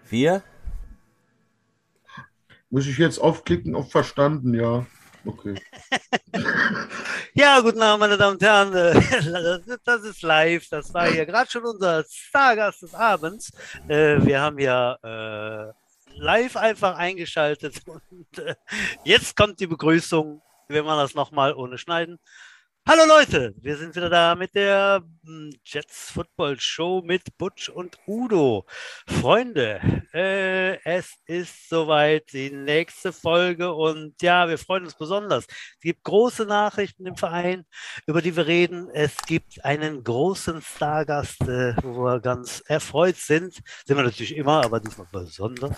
4. Muss ich jetzt aufklicken auf verstanden? Ja. Okay. Ja, guten Abend, meine Damen und Herren. Das ist live. Das war hier gerade schon unser Stargast des Abends. Wir haben ja live einfach eingeschaltet. Und jetzt kommt die Begrüßung. Wir machen das nochmal ohne Schneiden. Hallo Leute, wir sind wieder da mit der Jets Football Show mit Butch und Udo. Freunde, es ist soweit die nächste Folge und ja, wir freuen uns besonders. Es gibt große Nachrichten im Verein, über die wir reden. Es gibt einen großen Stargast, wo wir ganz erfreut sind. Sind wir natürlich immer, aber diesmal besonders.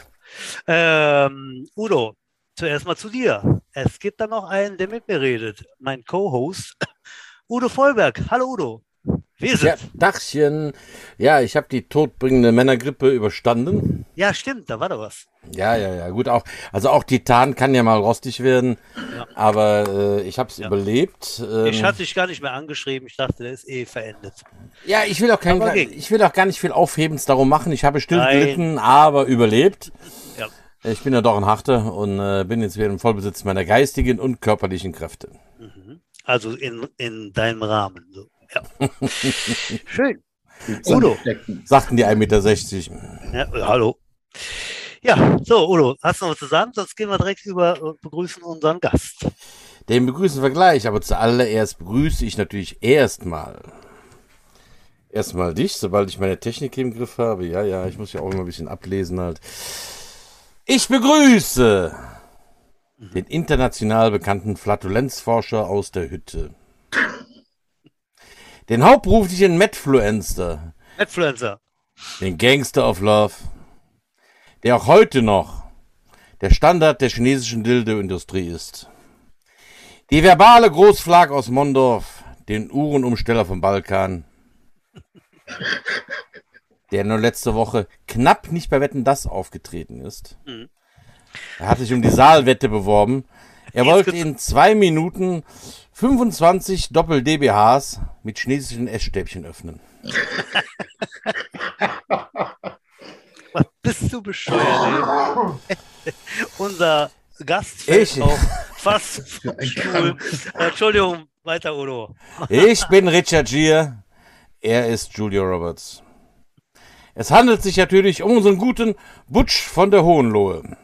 Udo, zuerst mal zu dir. Es gibt da noch einen, der mit mir redet, mein Co-Host. Udo Vollberg. Hallo Udo. Wie ist Ja, es? Dachchen. Ja, ich habe die todbringende Männergrippe überstanden. Ja, stimmt, da war doch was. Ja, gut, auch Titan kann ja mal rostig werden, Ja, aber ich habe es ja. überlebt. Ich hatte dich gar nicht mehr angeschrieben. Ich dachte, der ist eh verendet. Ja, Aber ging. ich will auch gar nicht viel Aufhebens darum machen. Ich habe still Nein. gelitten, aber überlebt. Ja. Ich bin ja doch ein Harter und bin jetzt wieder im Vollbesitz meiner geistigen und körperlichen Kräfte. Mhm. Also in deinem Rahmen. So. Ja. Schön. Jetzt Udo. anstecken. Sagten die 1,60 Meter. Ja, hallo. Ja, so, Udo, hast du noch was zu sagen? Sonst gehen wir direkt über und begrüßen unseren Gast. Den begrüßen wir gleich, aber zuallererst begrüße ich natürlich erstmal dich, sobald ich meine Technik im Griff habe. Ja, ich muss ja auch immer ein bisschen ablesen halt. Ich begrüße den international bekannten Flatulenzforscher aus der Hütte. Den hauptberuflichen Medfluencer. Influencer. Den Gangster of Love. Der auch heute noch der Standard der chinesischen Dildo-Industrie ist. Die verbale Großflag aus Mondorf. Den Uhrenumsteller vom Balkan. Der nur letzte Woche knapp nicht bei Wetten, dass aufgetreten ist. Mhm. Er hat sich um die Saalwette beworben. Er wollte in 2 Minuten 25 Doppel-DBHs mit chinesischen Essstäbchen öffnen. Was bist du bescheuert, ey? Unser Gast fällt auch fast vom Stuhl. Entschuldigung, weiter, Udo. Ich bin Richard Gere. Er ist Julia Roberts. Es handelt sich natürlich um unseren guten Butch von der Hohenlohe.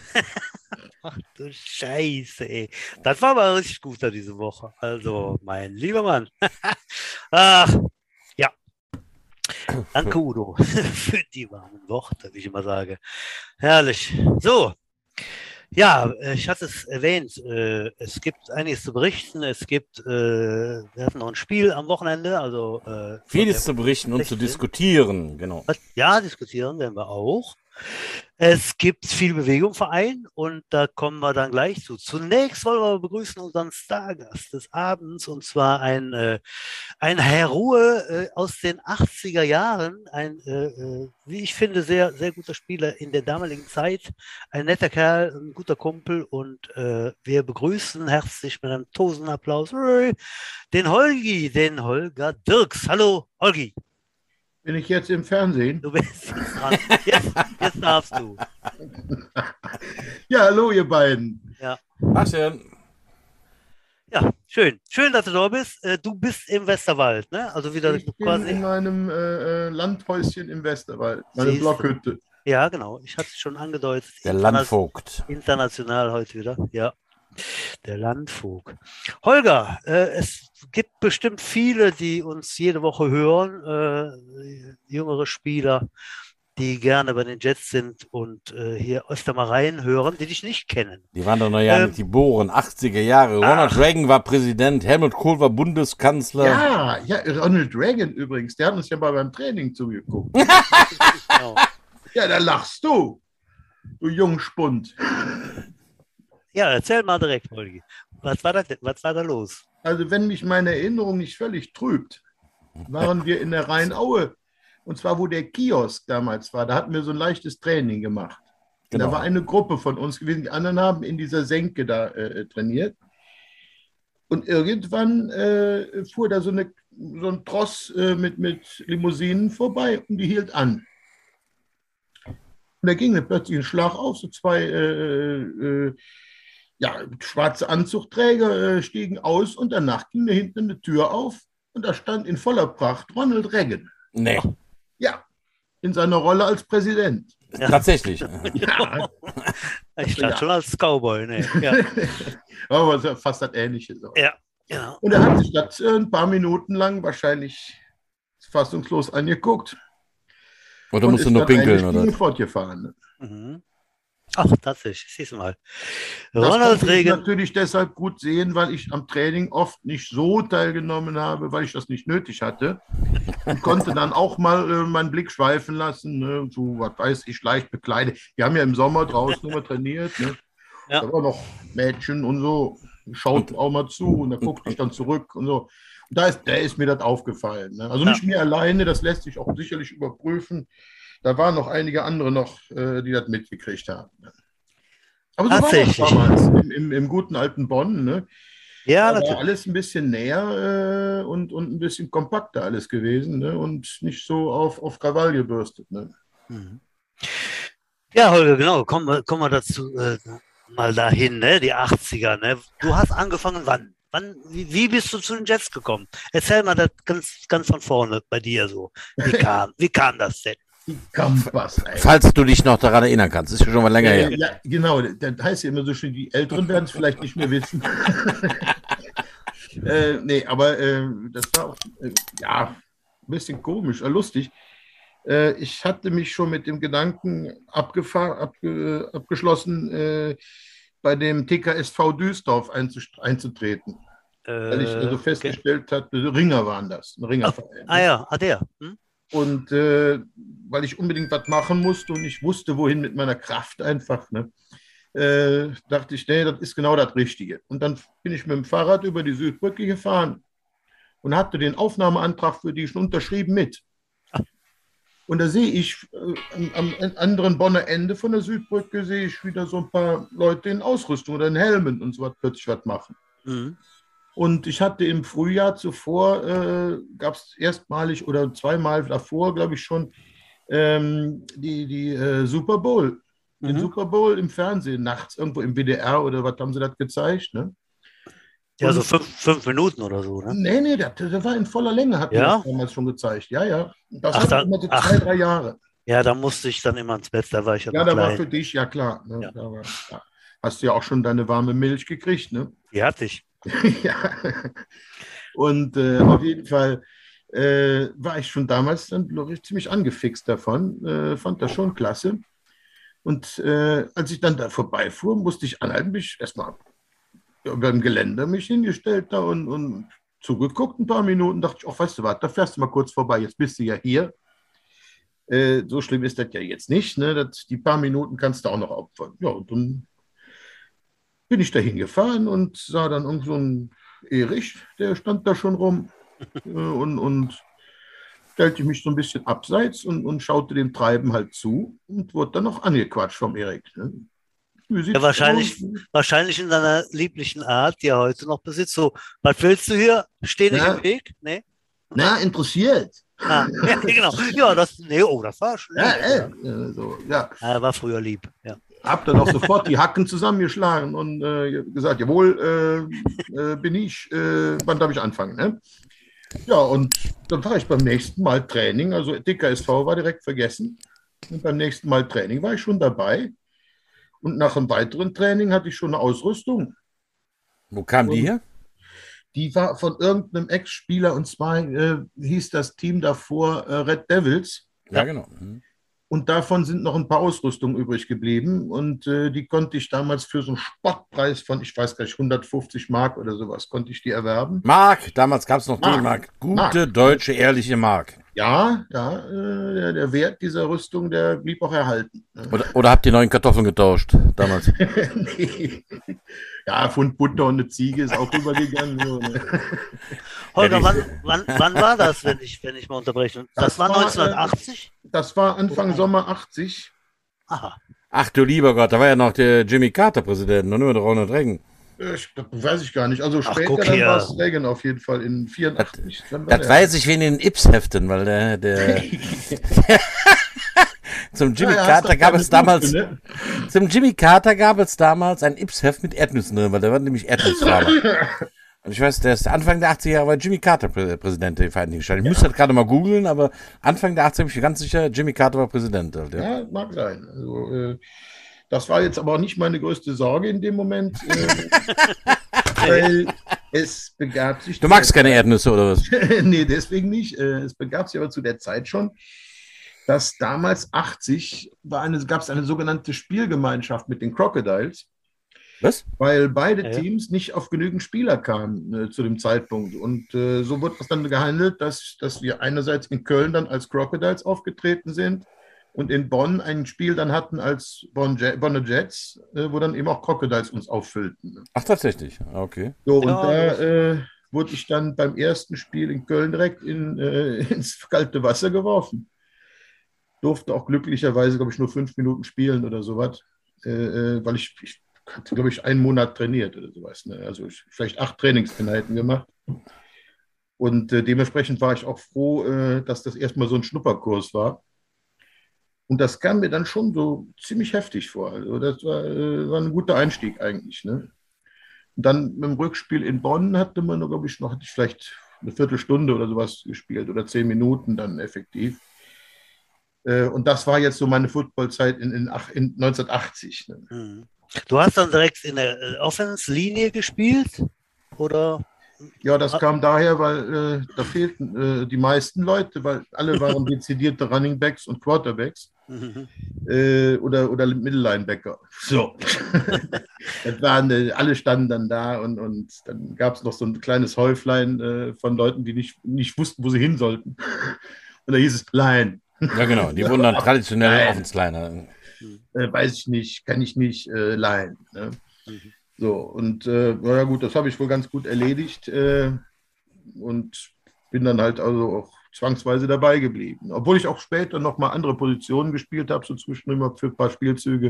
Ach du Scheiße, ey. Das war aber richtig gut da diese Woche. Also, mein lieber Mann. Ach, ja. Danke, Udo, für die warmen Worte, wie ich immer sage. Herrlich. So. Ja, ich hatte es erwähnt, es gibt einiges zu berichten. Wir hatten noch ein Spiel am Wochenende, also Vieles zu berichten und zu diskutieren, genau. Ja, diskutieren werden wir auch. Es gibt viel Bewegung im Verein und da kommen wir dann gleich zu. Zunächst wollen wir begrüßen unseren Stargast des Abends und zwar ein Herr Ruhe aus den 80er Jahren, wie ich finde, sehr, sehr guter Spieler in der damaligen Zeit, ein netter Kerl, ein guter Kumpel und wir begrüßen herzlich mit einem tosenden Applaus den Holger Dirks. Hallo, Holgi. Bin ich jetzt im Fernsehen? Du bist jetzt dran. Jetzt darfst du. Ja, hallo ihr beiden. Ja. Was denn? Ja, schön. Schön, dass du da bist. Du bist im Westerwald, ne? Also wieder Ich bin quasi. in meinem Landhäuschen im Westerwald, meine Siehst du. Blockhütte. Ja, genau. Ich hatte es schon angedeutet. Der Landvogt. International heute wieder. Ja, der Landvogt. Holger, es gibt bestimmt viele, die uns jede Woche hören, jüngere Spieler, die gerne bei den Jets sind und hier öfter mal reinhören, die dich nicht kennen. Die waren doch noch ja nicht geboren, 80er Jahre. Ronald Reagan war Präsident, Helmut Kohl war Bundeskanzler. Ja, Ronald Reagan übrigens, der hat uns ja mal beim Training zugeguckt. Genau. Ja, da lachst du Jungspund. Ja, erzähl mal direkt, Holgi. Was war da los? Also wenn mich meine Erinnerung nicht völlig trübt, waren wir in der Rheinaue. Und zwar, wo der Kiosk damals war. Da hatten wir so ein leichtes Training gemacht. Genau. Da war eine Gruppe von uns gewesen. Die anderen haben in dieser Senke da trainiert. Und irgendwann fuhr da so ein Tross mit Limousinen vorbei und die hielt an. Und da ging mir plötzlich ein Schlag auf, so zwei schwarze Anzugträger stiegen aus und danach ging da hinten eine Tür auf und da stand in voller Pracht Ronald Reagan. Nee. Ja, in seiner Rolle als Präsident. Ja. Tatsächlich. Ja. Ich dachte schon als Cowboy, ne? Ja. Aber fast das Ähnliche. So. Ja, genau. Und er hat sich das ein paar Minuten lang wahrscheinlich fassungslos angeguckt. Oder und musst du ist nur dann pinkeln, eingestiegen oder? und fortgefahren. Ne? Mhm. Ach, tatsächlich, siehst du mal. Das Ronald konnte ich Reagan. natürlich deshalb gut sehen, weil ich am Training oft nicht so teilgenommen habe, weil ich das nicht nötig hatte. Und konnte dann auch mal meinen Blick schweifen lassen, ne? So, was weiß ich, leicht bekleidet. Wir haben ja im Sommer draußen immer trainiert. Ne? Ja. Da waren noch Mädchen und so, schaut auch mal zu und da guckte ich dann zurück und so. Und da ist mir das aufgefallen. Ne? Also nicht mir alleine, das lässt sich auch sicherlich überprüfen. Da waren noch einige andere noch, die das mitgekriegt haben. Ne? Aber so war das damals im guten alten Bonn. Ne? Ja, Da war natürlich. alles ein bisschen näher und ein bisschen kompakter alles gewesen, ne? Und nicht so auf Krawall gebürstet. Ne? Mhm. Ja, Holger, genau. Kommen wir dazu mal dahin, ne? Die 80er. Ne? Du hast angefangen, wann? Wie bist du zu den Jets gekommen? Erzähl mal das ganz von vorne bei dir so. Wie kam das denn? Die Kampas, ey. Falls du dich noch daran erinnern kannst, ist schon mal länger her. Ja, genau. Das heißt ja immer so schön, die Älteren werden es vielleicht nicht mehr wissen. Nee, aber das war auch ein bisschen komisch, lustig. Ich hatte mich schon mit dem Gedanken abgeschlossen, bei dem TKSV Duisdorf einzutreten. Weil ich also festgestellt hatte, Ringer waren das, ein Ringerverein. Der. Hm? Und weil ich unbedingt was machen musste und ich wusste, wohin mit meiner Kraft einfach, ne, dachte ich, nee, das ist genau das Richtige. Und dann bin ich mit dem Fahrrad über die Südbrücke gefahren und hatte den Aufnahmeantrag für die schon unterschrieben mit. Und da sehe ich am anderen Bonner Ende von der Südbrücke sehe ich wieder so ein paar Leute in Ausrüstung oder in Helmen und so was plötzlich was machen. Mhm. Und ich hatte im Frühjahr zuvor, gab es erstmalig oder zweimal davor, glaube ich schon, die Super Bowl. Den Super Bowl im Fernsehen, nachts irgendwo im WDR oder was haben sie das gezeigt, ne? Ja, so 5 Minuten oder so, ne? Nee, der war in voller Länge, hat Ja? mir das damals schon gezeigt. Ja. Das Ach, hat dann- immer so ach. 2-3 Jahre. Ja, da musste ich dann immer ins Bett, da war ich ja Ja, noch da war klein. für dich, ja klar. Ne? Ja. Ja. Hast du ja auch schon deine warme Milch gekriegt, ne? Die hatte ich. Ja. Und auf jeden Fall war ich schon damals dann ziemlich angefixt davon, fand das schon klasse. Und als ich dann da vorbeifuhr, musste ich anhalten, mich erstmal beim Geländer mich hingestellt da und zugeguckt ein paar Minuten, dachte ich, ach, weißt du was, da fährst du mal kurz vorbei, jetzt bist du ja hier. So schlimm ist das ja jetzt nicht, ne? Die paar Minuten kannst du auch noch opfern. Ja, und dann bin ich da hingefahren und sah dann irgend so einen Erich, der stand da schon rum und stellte mich so ein bisschen abseits und schaute dem Treiben halt zu und wurde dann noch angequatscht vom Erik. Ne? Ja, wahrscheinlich in seiner lieblichen Art, die er heute noch besitzt. So, was willst du hier? Steh nicht im Weg? Nee? Na, interessiert. Ja, genau. Ja, das war schon. Ja. Er war früher lieb. Ja. Hab dann auch sofort die Hacken zusammengeschlagen und gesagt, jawohl, bin ich, wann darf ich anfangen? Ne? Ja, und dann war ich beim nächsten Mal Training, also DKSV war direkt vergessen. Und beim nächsten Mal Training war ich schon dabei. Und nach einem weiteren Training hatte ich schon eine Ausrüstung. Wo kam die her? Die war von irgendeinem Ex-Spieler und zwar hieß das Team davor Red Devils. Ja, genau. Und davon sind noch ein paar Ausrüstungen übrig geblieben und die konnte ich damals für so einen Spottpreis von, ich weiß gar nicht, 150 Mark oder sowas, konnte ich die erwerben. Mark, damals gab es noch D-Mark. Gute, deutsche, ehrliche Mark. Ja, der Wert dieser Rüstung, der blieb auch erhalten. Oder habt ihr neuen Kartoffeln getauscht damals? Nee. Ja, Pfund Butter und eine Ziege ist auch rübergegangen. So, ne? Holger, wann war das, wenn ich mal unterbreche? Das war 1980? Das war Anfang Sommer 80. Aha. Ach du lieber Gott, da war ja noch der Jimmy Carter Präsident, noch nur der Ronald Reagan. Weiß ich gar nicht. Also später guck dann hier. war es Reagan auf jeden Fall in 84. Das weiß ich wegen den Ips-Heften, weil der Zum Jimmy Ja, Carter gab es damals, ne? zum Jimmy Carter gab es damals ein Ips-Heft mit Erdnüssen drin, weil der war nämlich Erdnussfarmer. Und ich weiß, der ist Anfang der 80er Jahre war Jimmy Carter Präsident der Vereinigten Staaten. Ich müsste das gerade mal googeln, aber Anfang der 80er bin ich mir ganz sicher, Jimmy Carter war Präsident. Halt, ja. Ja, mag sein. Also, das war jetzt aber auch nicht meine größte Sorge in dem Moment, weil es begab sich. Du magst keine Erdnüsse oder was? Nee, deswegen nicht. Es begab sich aber zu der Zeit schon, dass damals 80 gab es eine sogenannte Spielgemeinschaft mit den Crocodiles. Was? Weil beide Teams nicht auf genügend Spieler kamen zu dem Zeitpunkt. Und so wurde es dann gehandelt, dass wir einerseits in Köln dann als Crocodiles aufgetreten sind und in Bonn ein Spiel dann hatten als Bonner Jets, wo dann eben auch Crocodiles uns auffüllten. Ach, tatsächlich. Okay. So, und da wurde ich dann beim ersten Spiel in Köln direkt ins kalte Wasser geworfen. Durfte auch glücklicherweise, glaube ich, nur 5 Minuten spielen oder sowas, weil ich hatte, glaube ich, einen Monat trainiert oder sowas. Ne? Also vielleicht 8 Trainingseinheiten gemacht. Und dementsprechend war ich auch froh, dass das erstmal so ein Schnupperkurs war. Und das kam mir dann schon so ziemlich heftig vor. Also das war ein guter Einstieg eigentlich. Ne? Und dann mit dem Rückspiel in Bonn hatte ich vielleicht eine Viertelstunde oder sowas gespielt oder 10 Minuten dann effektiv. Und das war jetzt so meine Footballzeit in 1980. Ne? Mhm. Du hast dann direkt in der Offense-Linie gespielt, oder? Ja, das kam daher, weil da fehlten die meisten Leute, weil alle waren dezidierte Running Backs und Quarterbacks oder Mittellinebacker. So. Das waren, alle standen dann da und dann gab es noch so ein kleines Häuflein von Leuten, die nicht wussten, wo sie hin sollten. Und da hieß es Line. Ja, genau. Die wurden dann traditionelle Offense-Liner. Weiß ich nicht, kann ich nicht leihen. Ne? So, und naja gut, das habe ich wohl ganz gut erledigt und bin dann halt also auch zwangsweise dabei geblieben. Obwohl ich auch später nochmal andere Positionen gespielt habe, so zwischendurch mal für ein paar Spielzüge,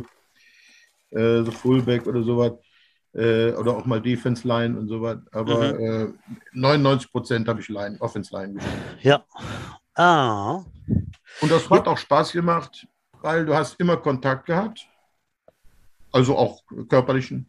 so Fullback oder sowas, oder auch mal Defense Line und sowas. Aber 99% habe ich Offense Line gespielt. Ja. Ah. Und das hat auch Spaß gemacht, weil du hast immer Kontakt gehabt, also auch körperlichen,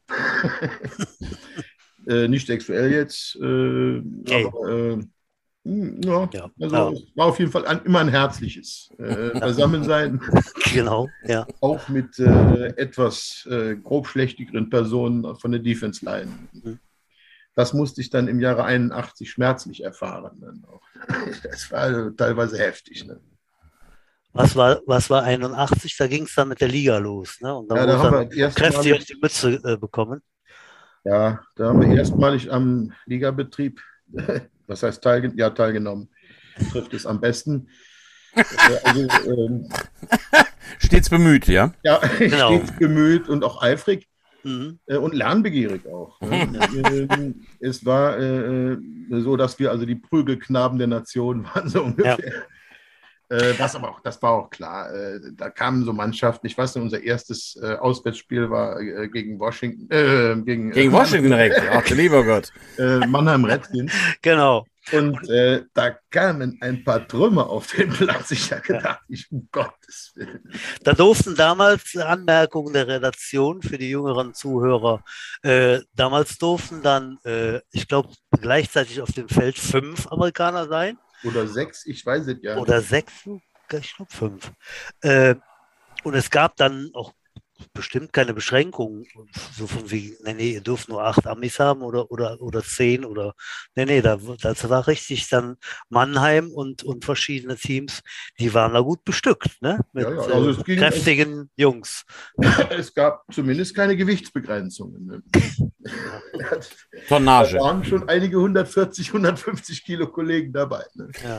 nicht sexuell jetzt, aber also es war auf jeden Fall immer ein herzliches Beisammensein. Genau, ja. Auch mit etwas grobschlächtigeren Personen von der Defense Line. Das musste ich dann im Jahre 81 schmerzlich erfahren. Dann auch. Das war also teilweise heftig. Ne? Was war 81? Da ging es dann mit der Liga los. Ne? Und da haben wir kräftig auf die Mütze bekommen. Ja, da haben wir erstmalig am Ligabetrieb, was heißt teilgenommen, trifft es am besten. Stets bemüht, ja? Ja, genau. Stets bemüht und auch eifrig und lernbegierig auch. Es war so, dass wir also die Prügelknaben der Nation waren, so ungefähr. Ja. Das war auch klar. Da kamen so Mannschaften. Ich weiß nicht, unser erstes Auswärtsspiel war gegen Washington. Gegen Washington direkt. Ach, lieber Gott. Mannheim Redskins. Genau. Und da kamen ein paar Trümmer auf den Platz. Ich habe gedacht, um Gottes Willen. Da durften damals Anmerkungen der Redaktion für die jüngeren Zuhörer. Damals durften dann, ich glaube, gleichzeitig auf dem Feld 5 Amerikaner sein. Oder 6, ich weiß es ja. Oder 6, ich glaube 5. Und es gab dann auch bestimmt keine Beschränkungen, so von wie, nee, ihr dürft nur 8 Amis haben oder 10 oder, das war richtig dann Mannheim und verschiedene Teams, die waren da gut bestückt, ne? Mit also kräftigen Jungs. Es gab zumindest keine Gewichtsbegrenzungen. Ne? Tonnage. Da waren schon einige 140, 150 Kilo Kollegen dabei. Ne? Ja.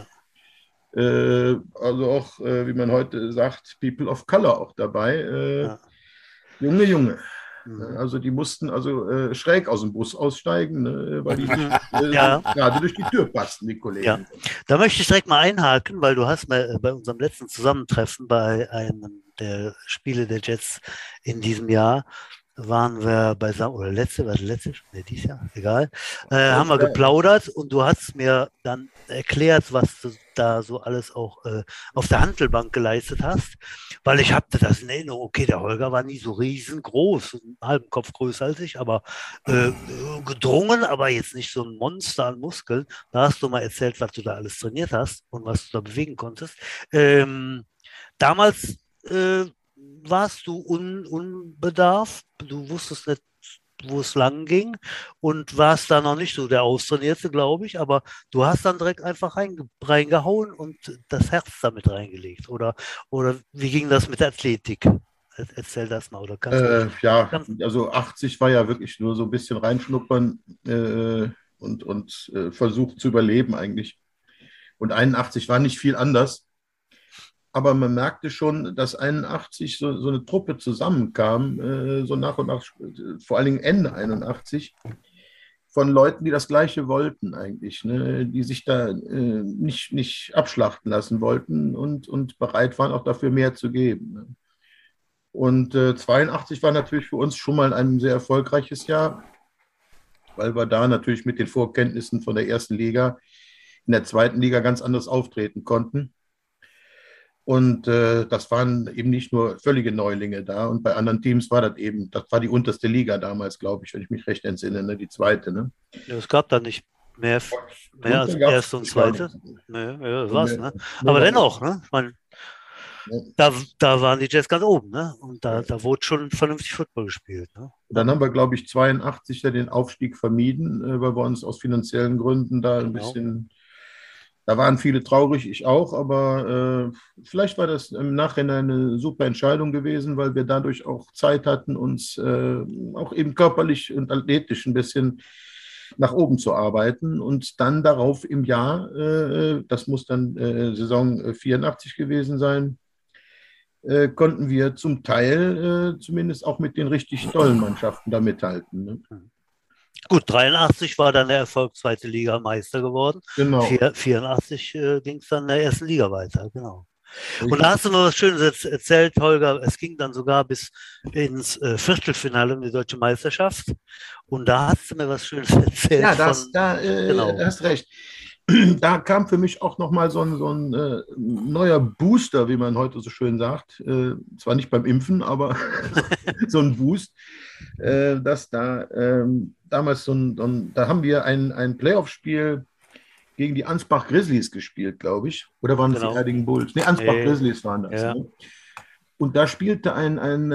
Also auch, wie man heute sagt, People of Color auch dabei. Junge. Also die mussten also schräg aus dem Bus aussteigen, ne, weil die gerade durch die Tür passten, die Kollegen. Ja. Da möchte ich direkt mal einhaken, weil du hast mal bei unserem letzten Zusammentreffen bei einem der Spiele der Jets in diesem Jahr waren wir oder dieses Jahr, egal, haben wir geplaudert und du hast mir dann erklärt, was du da so alles auch auf der Hantelbank geleistet hast, weil ich hatte das in Erinnerung, okay, der Holger war nie so riesengroß, einen halben Kopf größer als ich, aber gedrungen, aber jetzt nicht so ein Monster an Muskeln. Da hast du mal erzählt, was du da alles trainiert hast und was du da bewegen konntest. Damals warst du unbedarft, du wusstest nicht, wo es lang ging und warst da noch nicht so der Austrainierte, glaube ich, aber du hast dann direkt einfach reingehauen und das Herz damit reingelegt. Oder wie ging das mit der Athletik? Erzähl das mal. Oder also 80 war ja wirklich nur so ein bisschen reinschnuppern und versucht zu überleben eigentlich. Und 81 war nicht viel anders. Aber man merkte schon, dass 81 so eine Truppe zusammenkam, so nach und nach, vor allen Dingen Ende 81, von Leuten, die das Gleiche wollten eigentlich, ne? Die sich da nicht abschlachten lassen wollten und bereit waren, auch dafür mehr zu geben. Ne? Und 82 war natürlich für uns schon mal ein sehr erfolgreiches Jahr, weil wir da natürlich mit den Vorkenntnissen von der ersten Liga in der zweiten Liga ganz anders auftreten konnten. Und das waren eben nicht nur völlige Neulinge da. Und bei anderen Teams war das war die unterste Liga damals, glaube ich, wenn ich mich recht entsinne, ne? Die zweite. Ne? Ja, es gab da nicht mehr als erste und zweite. Nee, ja, was, ne? Aber dennoch, ne? Ich meine, da waren die Jets ganz oben, ne? Und da wurde schon vernünftig Football gespielt. Ne? Dann haben wir, glaube ich, 82 den Aufstieg vermieden, weil wir uns aus finanziellen Gründen da ein bisschen... Da waren viele traurig, ich auch, aber vielleicht war das im Nachhinein eine super Entscheidung gewesen, weil wir dadurch auch Zeit hatten, uns auch eben körperlich und athletisch ein bisschen nach oben zu arbeiten. Und dann darauf im Jahr, das muss dann Saison 84 gewesen sein, konnten wir zum Teil zumindest auch mit den richtig tollen Mannschaften da mithalten. Ne? Gut, 83 war dann der Erfolg zweite Liga Meister geworden. Genau. 84 ging es dann in der ersten Liga weiter, genau. Und da hast du mir was Schönes erzählt, Holger. Es ging dann sogar bis ins Viertelfinale um die deutsche Meisterschaft. Und da hast du mir was Schönes erzählt. Ja, da hast recht. Da kam für mich auch nochmal so ein neuer Booster, wie man heute so schön sagt. Zwar nicht beim Impfen, aber so ein Boost, dass da damals da haben wir ein Playoff-Spiel gegen die Ansbach Grizzlies gespielt, glaube ich. Oder waren es die Erding Bulls? Nee, Ansbach Grizzlies waren das. Ja. Ne? Und da spielte ein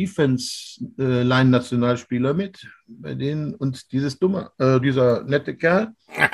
Defense-Line-Nationalspieler mit, bei denen, und dieser nette Kerl,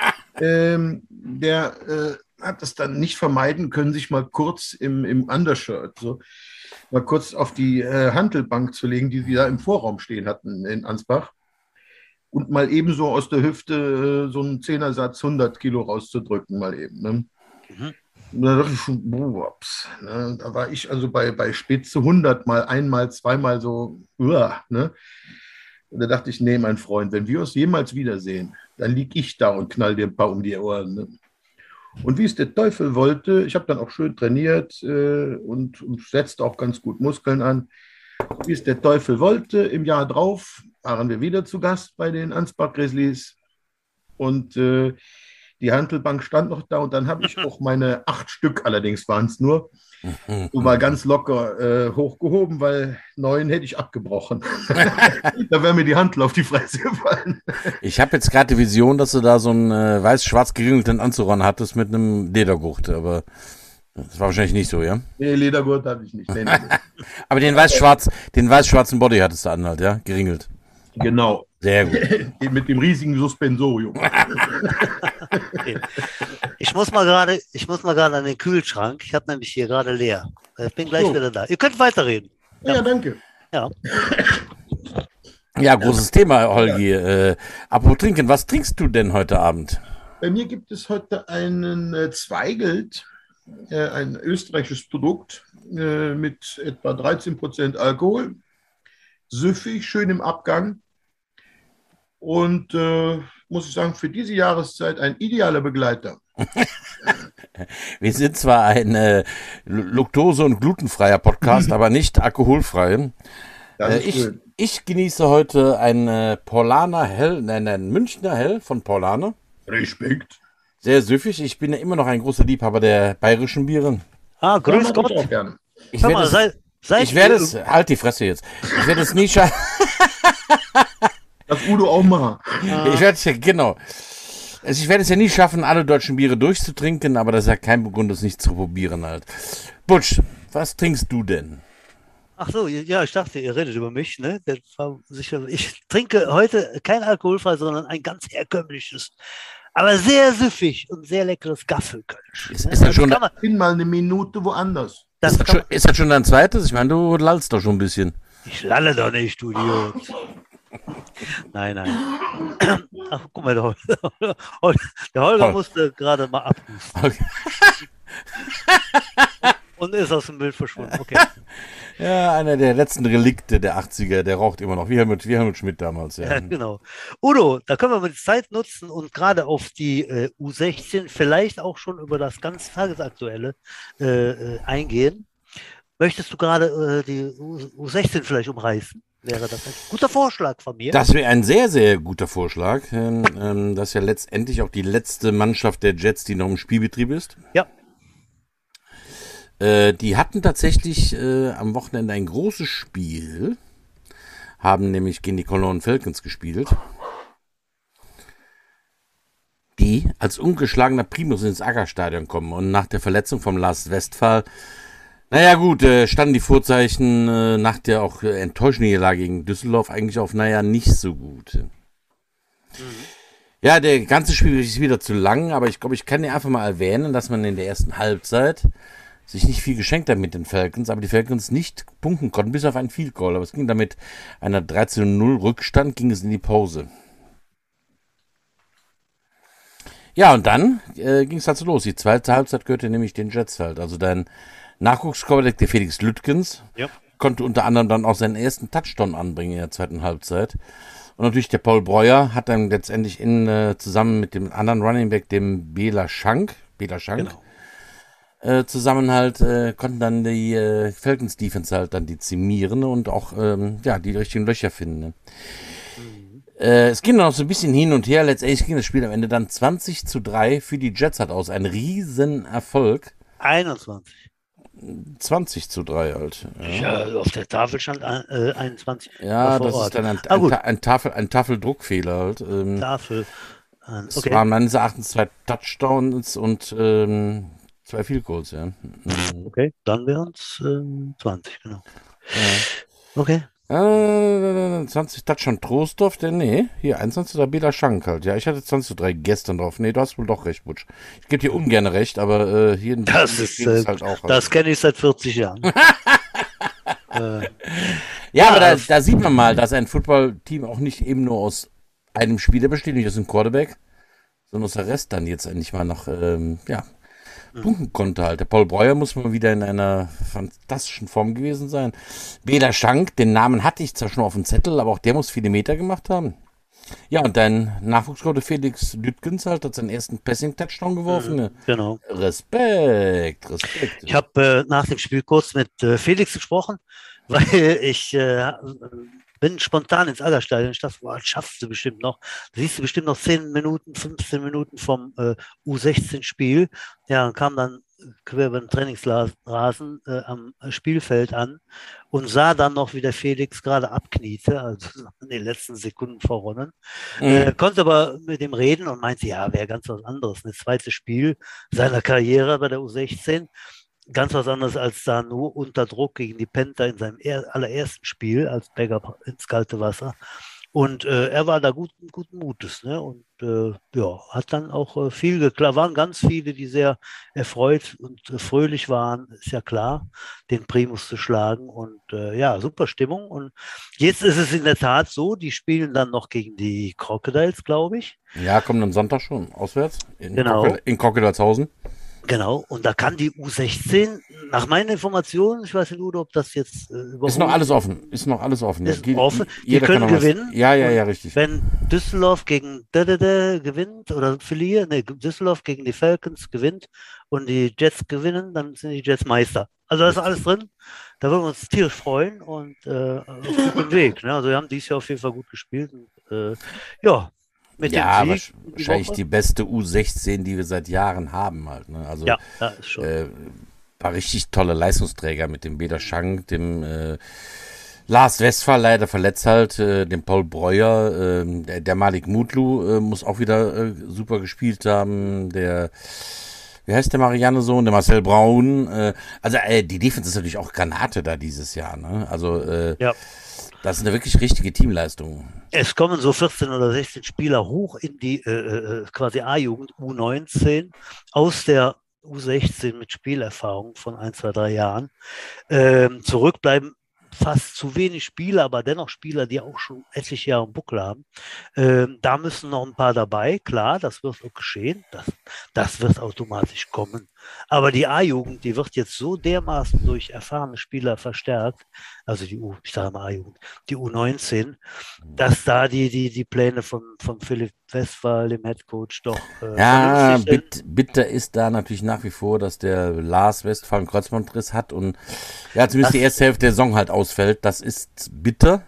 der hat es dann nicht vermeiden können, sich mal kurz im Undershirt so mal kurz auf die Hantelbank zu legen, die da im Vorraum stehen hatten in Ansbach, und mal ebenso aus der Hüfte so einen Zehnersatz 100 Kilo rauszudrücken, mal eben. Ne? Mhm. Und da dachte ich schon, ne? Da war ich also bei Spitze 100 mal einmal, zweimal so, ne? Und da dachte ich, nee, mein Freund, wenn wir uns jemals wiedersehen, dann liege ich da und knall dir ein paar um die Ohren. Ne? Und wie es der Teufel wollte, ich habe dann auch schön trainiert und setzte auch ganz gut Muskeln an. Wie es der Teufel wollte, im Jahr drauf waren wir wieder zu Gast bei den Ansbach Grizzlies. Und die Hantelbank stand noch da, und dann habe ich auch meine 8 Stück, allerdings waren es nur, und mal ganz locker hochgehoben, weil 9 hätte ich abgebrochen. Da wäre mir die Hantel auf die Fresse gefallen. Ich habe jetzt gerade die Vision, dass du da so einen weiß-schwarz geringelten Anzug an hattest mit einem Ledergurt, aber das war wahrscheinlich nicht so, ja? Nee, Ledergurt hatte ich nicht. Nee. Aber den weiß-schwarzen Body hattest du an halt, ja? Geringelt. Genau. Sehr gut. Mit dem riesigen Suspensorium. Okay. Ich muss mal gerade an den Kühlschrank. Ich habe nämlich hier gerade leer. Ich bin gleich wieder da. Ihr könnt weiterreden. Ja, danke. Ja. Ja, großes Thema, Holgi. Apropos trinken, was trinkst du denn heute Abend? Bei mir gibt es heute einen Zweigelt, ein österreichisches Produkt mit etwa 13% Alkohol. Süffig, schön im Abgang. Und muss ich sagen, für diese Jahreszeit ein idealer Begleiter. Wir sind zwar ein Laktose- und glutenfreier Podcast, aber nicht alkoholfrei. Ich genieße heute ein Paulaner Hell, nein, ein Münchner Hell von Paulaner. Respekt. Sehr süffig. Ich bin ja immer noch ein großer Liebhaber der bayerischen Biere. Grüß Ja, Gott. ich auch gern. Ich Sag werde mal, ich werde es, halt die Fresse jetzt. Ich werde es nie schaffen. Das Udo auch mal. Ich werde es ja, genau. Also ich werde es ja nie schaffen, alle deutschen Biere durchzutrinken, aber das ist ja kein Grund, das nicht zu probieren halt. Butsch, was trinkst du denn? Ach so, ja, ich dachte, ihr redet über mich, ne? Das war sicher, ich trinke heute kein alkoholfrei, sondern ein ganz herkömmliches, aber sehr süffig und sehr leckeres Gaffelkölsch. Ist das schon, Bin mal eine Minute woanders. ist das schon dein zweites? Ich meine, du lallst doch schon ein bisschen. Ich lalle doch nicht, du Idiot. Nein. Ach, guck mal, der Holger musste gerade mal abhusten. Okay. Und ist aus dem Bild verschwunden. Okay. Ja, einer der letzten Relikte der 80er, der raucht immer noch, wie Helmut Schmidt damals. Ja, genau. Udo, da können wir mal die Zeit nutzen und gerade auf die U16, vielleicht auch schon über das ganz Tagesaktuelle eingehen. Möchtest du gerade die U16 vielleicht umreißen? Wäre das ein guter Vorschlag von mir? Das wäre ein sehr, sehr guter Vorschlag. Das ist ja letztendlich auch die letzte Mannschaft der Jets, die noch im Spielbetrieb ist. Ja. Die hatten tatsächlich am Wochenende ein großes Spiel, haben nämlich gegen die Cologne Falcons gespielt, die als ungeschlagener Primus ins Aggerstadion kommen und nach der Verletzung vom Lars Westphal, naja gut, standen die Vorzeichen nach der auch enttäuschenden Niederlage gegen Düsseldorf eigentlich auf, naja, nicht so gut. Ja, der ganze Spiel ist wieder zu lang, aber ich glaube, ich kann dir einfach mal erwähnen, dass man in der ersten Halbzeit sich nicht viel geschenkt hat mit den Falcons, aber die Falcons nicht punkten konnten, bis auf einen Field Goal. Aber es ging damit einer 13:0 Rückstand, ging es in die Pause. Ja, und dann ging es halt so los. Die zweite Halbzeit gehörte nämlich den Jets halt. Also dein Nachwuchskorrekt, der Felix Lütkens, konnte unter anderem dann auch seinen ersten Touchdown anbringen in der zweiten Halbzeit. Und natürlich der Paul Breuer hat dann letztendlich zusammen mit dem anderen Running Back, dem Bela Schank, genau. Zusammen halt konnten dann die Falcons Defense halt dann dezimieren und auch die richtigen Löcher finden. Ne? Es ging noch so ein bisschen hin und her. Letztendlich ging das Spiel am Ende dann 20:3 für die Jets halt aus. Ein Riesenerfolg. 21. 20:3 halt. Ja, auf der Tafel stand 21. Ja, das ist dann ein Tafeldruckfehler halt. Tafel. Okay. Es waren meines Erachtens 2 Touchdowns und 2 Field Goals, ja. Okay, dann wären es 20, genau. Ja. Okay. 20 Touchdown Trostorf, nee, hier 21 der Bela Schank halt. Ja, ich hatte 20:3 gestern drauf. Nee, du hast wohl doch recht, Butsch. Ich gebe dir ungern recht, aber hier in das ist halt auch. Das kenne ich seit 40 Jahren. Ja, aber da sieht man mal, dass ein Footballteam auch nicht eben nur aus einem Spieler besteht, nicht aus dem Quarterback, sondern aus der Rest dann jetzt endlich mal noch, punkten konnte halt. Der Paul Breuer muss mal wieder in einer fantastischen Form gewesen sein. Bela Schank, den Namen hatte ich zwar schon auf dem Zettel, aber auch der muss viele Meter gemacht haben. Ja, und dein Nachwuchscoach Felix Lütkens halt hat seinen ersten Passing-Touchdown geworfen. Genau. Respekt. Ich habe nach dem Spiel kurz mit Felix gesprochen, weil ich bin spontan ins Aggerstadion. Ich dachte, das schaffst du bestimmt noch. Da siehst du bestimmt noch 10 Minuten, 15 Minuten vom U16-Spiel. Ja, und kam dann quer über den Trainingsrasen am Spielfeld an und sah dann noch, wie der Felix gerade abkniete, also in den letzten Sekunden vor Runnen. Konnte aber mit ihm reden und meinte, ja, wäre ganz was anderes. Das zweite Spiel seiner Karriere bei der U16. Ganz was anderes als da nur unter Druck gegen die Panther in seinem allerersten Spiel als Backup ins kalte Wasser. Und er war da guten Mutes, ne? Und hat dann auch viel geklappt. Waren ganz viele, die sehr erfreut und fröhlich waren, ist ja klar, den Primus zu schlagen. Und super Stimmung. Und jetzt ist es in der Tat so, die spielen dann noch gegen die Crocodiles, glaube ich. Ja, kommen am Sonntag schon auswärts in genau. In Crocodileshausen. Genau, und da kann die U16, nach meinen Informationen, ich weiß nicht, Udo, ob das jetzt Ist noch alles offen. Ist noch alles offen. ist Ja, offen. Die jeder kann können noch was. gewinnen. Ja, Und richtig. wenn Düsseldorf gegen gewinnt oder verliert, nee, Düsseldorf gegen die Falcons gewinnt und die Jets gewinnen, dann sind die Jets Meister. Also da ist alles drin. Da würden wir uns tierisch freuen und auf gutem Weg. Ne? Also wir haben dieses Jahr auf jeden Fall gut gespielt. Und, ja, mit Ja, dem Sieg wahrscheinlich die beste U16, die wir seit Jahren haben halt. Ne? Also ja, ist schon. paar richtig tolle Leistungsträger mit dem Beda Schank, dem Lars Westphal, leider verletzt halt, dem Paul Breuer, der Malik Mutlu muss auch wieder super gespielt haben, wie heißt der Marianne-Sohn, der Marcel Braun, also die Defense ist natürlich auch Granate da dieses Jahr, ne? Also Ja. das ist eine wirklich richtige Teamleistung. Es kommen so 14 oder 16 Spieler hoch in die quasi A-Jugend, U19, aus der U16 mit Spielerfahrung von 1, 2, 3 Jahren. Zurückbleiben fast zu wenig Spieler, aber dennoch Spieler, die auch schon etliche Jahre im Buckel haben. Da müssen noch ein paar dabei, klar, das wird auch geschehen, das wird automatisch kommen. Aber die A-Jugend, die wird jetzt so dermaßen durch erfahrene Spieler verstärkt, also ich sage mal A-Jugend, die U19, dass da die Pläne von Philipp Westphal, dem Headcoach, doch Ja, vernünftig sind. bitter ist da natürlich nach wie vor, dass der Lars Westphal einen Kreuzbandriss hat und ja, zumindest die erste Hälfte der Saison halt ausfällt. Das ist bitter.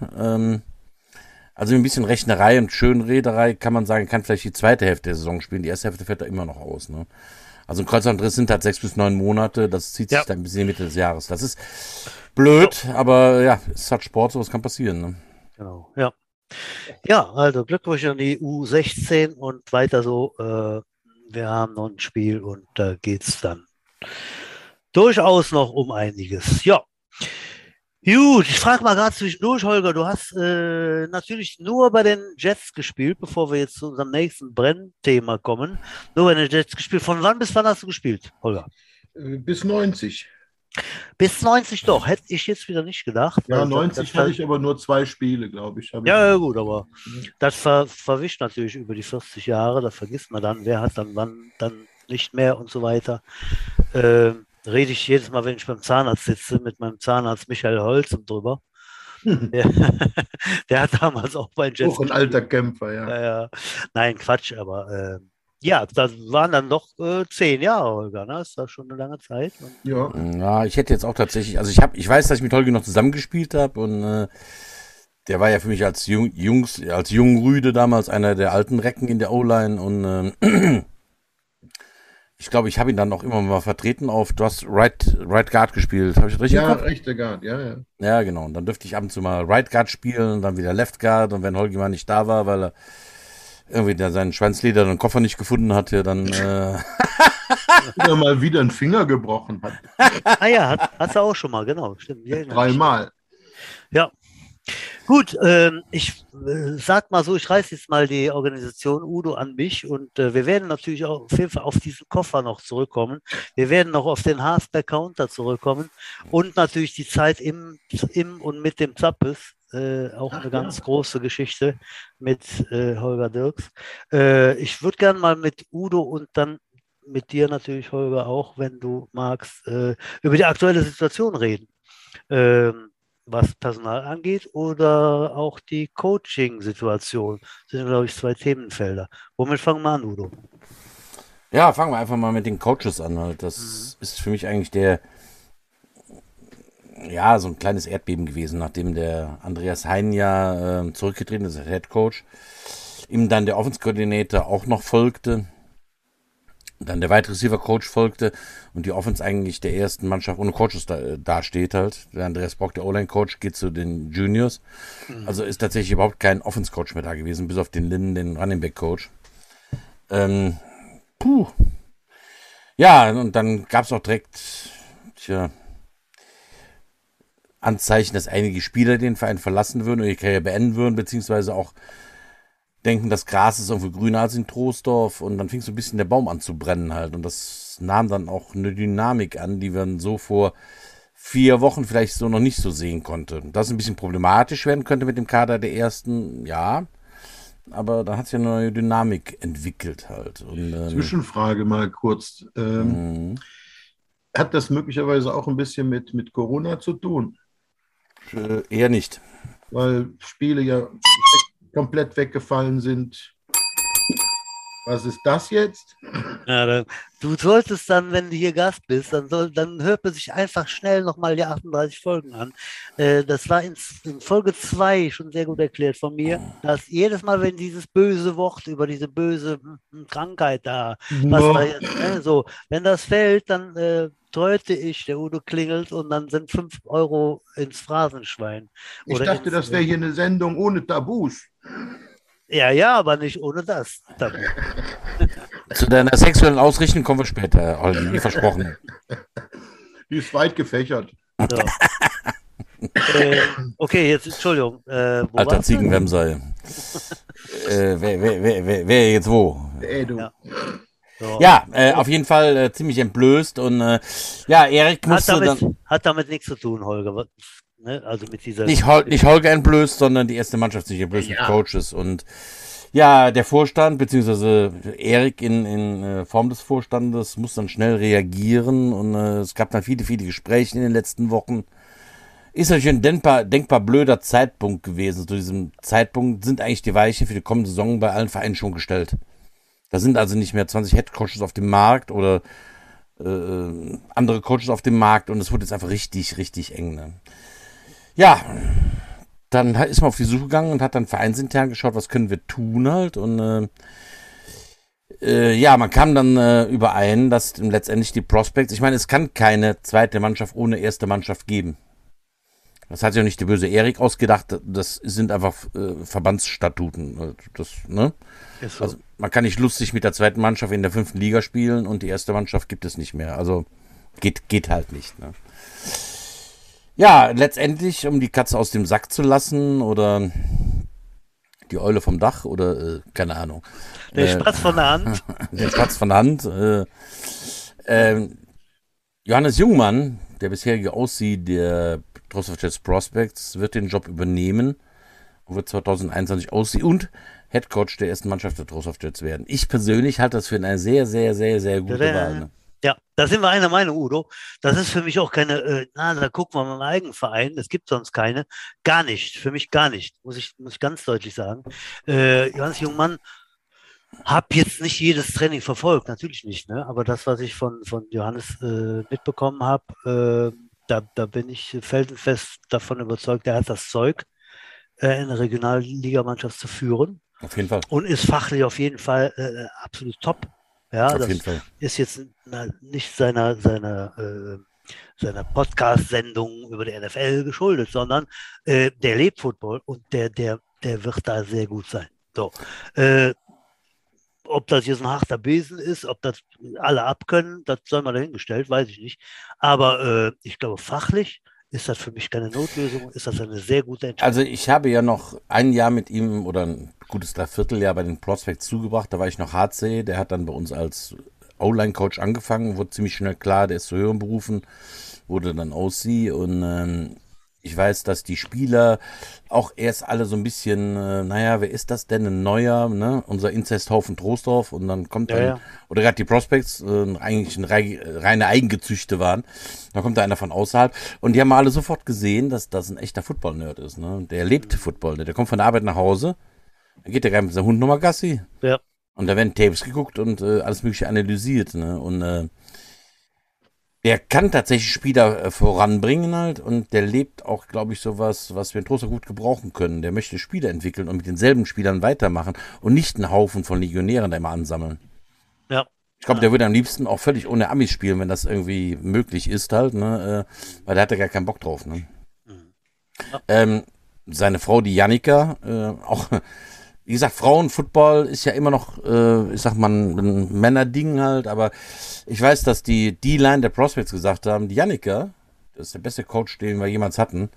Also mit ein bisschen Rechnerei und Schönrederei kann man sagen, kann vielleicht die zweite Hälfte der Saison spielen. Die erste Hälfte fällt da immer noch aus. Ne? Also ein Kreuzbandriss sind halt 6 bis 9 Monate. Das zieht sich dann bis in die Mitte des Jahres. Das ist blöd, aber ja, es ist halt Sport, sowas kann passieren. Ne? Genau, ja. Ja, also Glückwunsch an die U16 und weiter so. Wir haben noch ein Spiel und da geht es dann durchaus noch um einiges. Ja. Gut, ich frage mal gerade zwischendurch, Holger, du hast natürlich nur bei den Jets gespielt, bevor wir jetzt zu unserem nächsten Brennthema kommen. Nur bei den Jets gespielt. Von wann bis wann hast du gespielt, Holger? Bis 90. Bis 90 doch, hätte ich jetzt wieder nicht gedacht. Ja, weil 90 hatte ich aber nur 2 Spiele, glaube ich. Ja, gut, aber das verwischt natürlich über die 40 Jahre, da vergisst man dann, wer hat dann wann dann nicht mehr und so weiter. Rede ich jedes Mal, wenn ich beim Zahnarzt sitze, mit meinem Zahnarzt Michael Holz drüber. Der hat damals auch bei Jets Auch ein alter Kämpfer, ja. ja. Nein, Quatsch, aber ja, das waren dann doch 10 Jahre, Holger, ne? Das war schon eine lange Zeit. Und Ja, ich hätte jetzt auch tatsächlich, also ich weiß, dass ich mit Holger noch zusammengespielt habe und der war ja für mich als Jungrüde damals einer der alten Recken in der O-Line und ich glaube, ich habe ihn dann auch immer mal vertreten du hast Right Guard gespielt, habe ich das richtig Ja, im Kopf? rechter Guard, ja. Ja, genau, und dann dürfte ich ab und zu mal Right Guard spielen und dann wieder Left Guard und wenn Holger mal nicht da war, weil er irgendwie seinen Schwanzleder und Koffer nicht gefunden hatte, dann Oder mal wieder einen Finger gebrochen hat. Ah ja, hast du auch schon mal, genau, stimmt. 3-mal. Ja. Gut, ich sag mal so, ich reiße jetzt mal die Organisation Udo an mich und wir werden natürlich auch auf jeden Fall auf diesen Koffer noch zurückkommen. Wir werden noch auf den Halfback Counter zurückkommen und natürlich die Zeit im und mit dem Zappes. Auch eine ganz große Geschichte mit Holger Dirks. Ich würde gerne mal mit Udo und dann mit dir natürlich, Holger, auch, wenn du magst, über die aktuelle Situation reden. Was Personal angeht oder auch die Coaching-Situation. Das sind, glaube ich, 2 Themenfelder. Womit fangen wir an, Udo? ja, fangen wir einfach mal mit den Coaches an. Halt. Das ist für mich eigentlich so ein kleines Erdbeben gewesen, nachdem der Andreas Hein ja zurückgetreten ist als Head Coach. Ihm dann der Offense-Koordinator auch noch folgte. Dann der Wide Receiver Coach folgte und die Offense eigentlich der ersten Mannschaft ohne Coaches da steht halt. Der Andreas Bock, der O-Line Coach, geht zu den Juniors. Also ist tatsächlich überhaupt kein Offense Coach mehr da gewesen, bis auf den Lynn, den Running Back Coach. Ja, und dann gab es auch direkt Anzeichen, dass einige Spieler den Verein verlassen würden oder ihre Karriere beenden würden, beziehungsweise auch denken, das Gras ist irgendwie grüner als in Troisdorf und dann fing so ein bisschen der Baum an zu brennen halt und das nahm dann auch eine Dynamik an, die man so vor 4 Wochen vielleicht so noch nicht so sehen konnte. Das ein bisschen problematisch werden könnte mit dem Kader der ersten, ja, aber da hat sich eine neue Dynamik entwickelt halt. Und, Zwischenfrage mal kurz. Hat das möglicherweise auch ein bisschen mit Corona zu tun? eher nicht. Weil Spiele ja komplett weggefallen sind. Was ist das jetzt? Ja, du solltest dann, wenn du hier Gast bist, dann hört man sich einfach schnell nochmal die 38 Folgen an. Das war in Folge 2 schon sehr gut erklärt von mir, dass jedes Mal, wenn dieses böse Wort über diese böse Krankheit da, was da jetzt, so, wenn das fällt, dann deute ich, der Udo klingelt und dann sind 5 Euro ins Phrasenschwein. Ich dachte, das wäre hier eine Sendung ohne Tabus. Ja, aber nicht ohne das. Zu deiner sexuellen Ausrichtung kommen wir später, Olli, wie versprochen. Die ist weit gefächert. So. Okay, jetzt, Entschuldigung. Alter Ziegenwemsei. Wer jetzt wo? Du. Ja. So. Ja, auf jeden Fall ziemlich entblößt und ja, Erik musste hat damit nichts zu tun, Holger. Ne? Also mit dieser nicht Holger entblößt, sondern die erste Mannschaft sich entblößt mit Coaches und ja, der Vorstand beziehungsweise Erik in Form des Vorstandes muss dann schnell reagieren und es gab dann viele Gespräche in den letzten Wochen. Ist natürlich ein denkbar blöder Zeitpunkt gewesen. Zu diesem Zeitpunkt sind eigentlich die Weichen für die kommende Saison bei allen Vereinen schon gestellt. Da sind also nicht mehr 20 Headcoaches auf dem Markt oder andere Coaches auf dem Markt und es wurde jetzt einfach richtig eng. Ne? Ja, dann ist man auf die Suche gegangen und hat dann vereinsintern geschaut, was können wir tun halt und ja, man kam dann überein, dass letztendlich die Prospects, ich meine, es kann keine zweite Mannschaft ohne erste Mannschaft geben. Das hat sich auch nicht der böse Erik ausgedacht, das sind einfach Verbandsstatuten. Das, ne? So. Also man kann nicht lustig mit der zweiten Mannschaft in der 5. Liga spielen und die erste Mannschaft gibt es nicht mehr. Also geht halt nicht. Ne? Ja, letztendlich, um die Katze aus dem Sack zu lassen oder die Eule vom Dach oder keine Ahnung. Der Spatz von der Hand. Der Spatz von der Hand. Johannes Jungmann, der bisherige Aussie der Trostorf Jets Prospects, wird den Job übernehmen und wird 2021 Aussie und Headcoach der ersten Mannschaft der Trostorf Jets werden. Ich persönlich halte das für eine sehr gute Wahl. Ne? Ja, da sind wir einer Meinung, Udo. Das ist für mich auch keine, da gucken wir mal im eigenen Verein, es gibt sonst keine. Gar nicht, für mich gar nicht, muss ich ganz deutlich sagen. Johannes Jungmann, habe jetzt nicht jedes Training verfolgt, natürlich nicht, ne? Aber das, was ich von Johannes mitbekommen habe, da bin ich felsenfest davon überzeugt, er hat das Zeug, eine Regionalligamannschaft zu führen. Auf jeden Fall. Und ist fachlich auf jeden Fall absolut top. Ja, auf das jeden Fall. Ist jetzt nicht seiner Podcast-Sendung über die NFL geschuldet, sondern der lebt Football und der wird da sehr gut sein. So. Ob das jetzt ein harter Besen ist, ob das alle abkönnen, das soll mal dahingestellt, weiß ich nicht. Aber ich glaube, fachlich ist das für mich keine Notlösung, ist das eine sehr gute Entscheidung. Also ich habe ja noch ein Jahr mit ihm oder ein gutes Dreivierteljahr bei den Prospects zugebracht, da war ich noch HC, der hat dann bei uns als O-Line-Coach angefangen, wurde ziemlich schnell klar, der ist zu höheren Berufen, wurde dann Aussie und ich weiß, dass die Spieler auch erst alle so ein bisschen, wer ist das denn, ein neuer, ne? Unser Inzesthaufen Troisdorf und dann kommt dann, oder gerade die Prospects, eigentlich eine reine Eigengezüchte waren, dann kommt da einer von außerhalb und die haben alle sofort gesehen, dass das ein echter Football-Nerd ist, ne? Der lebt Football, ne? Der kommt von der Arbeit nach Hause, dann geht der gerade mit seinem Hund nochmal Gassi und da werden Tapes geguckt und alles mögliche analysiert, ne? Und der kann tatsächlich Spieler voranbringen halt und der lebt auch, glaube ich, sowas, was wir in Troisdorf gut gebrauchen können. Der möchte Spieler entwickeln und mit denselben Spielern weitermachen und nicht einen Haufen von Legionären da immer ansammeln. Ja. Ich glaube, der würde am liebsten auch völlig ohne Amis spielen, wenn das irgendwie möglich ist halt, ne? Weil da hat er gar keinen Bock drauf, ne? Ja. Seine Frau, die Jannika, auch... Wie gesagt, Frauenfootball ist ja immer noch, ich sag mal, ein Männerding halt, aber ich weiß, dass die D-Line der Prospects gesagt haben, die Jannika, das ist der beste Coach, den wir jemals hatten.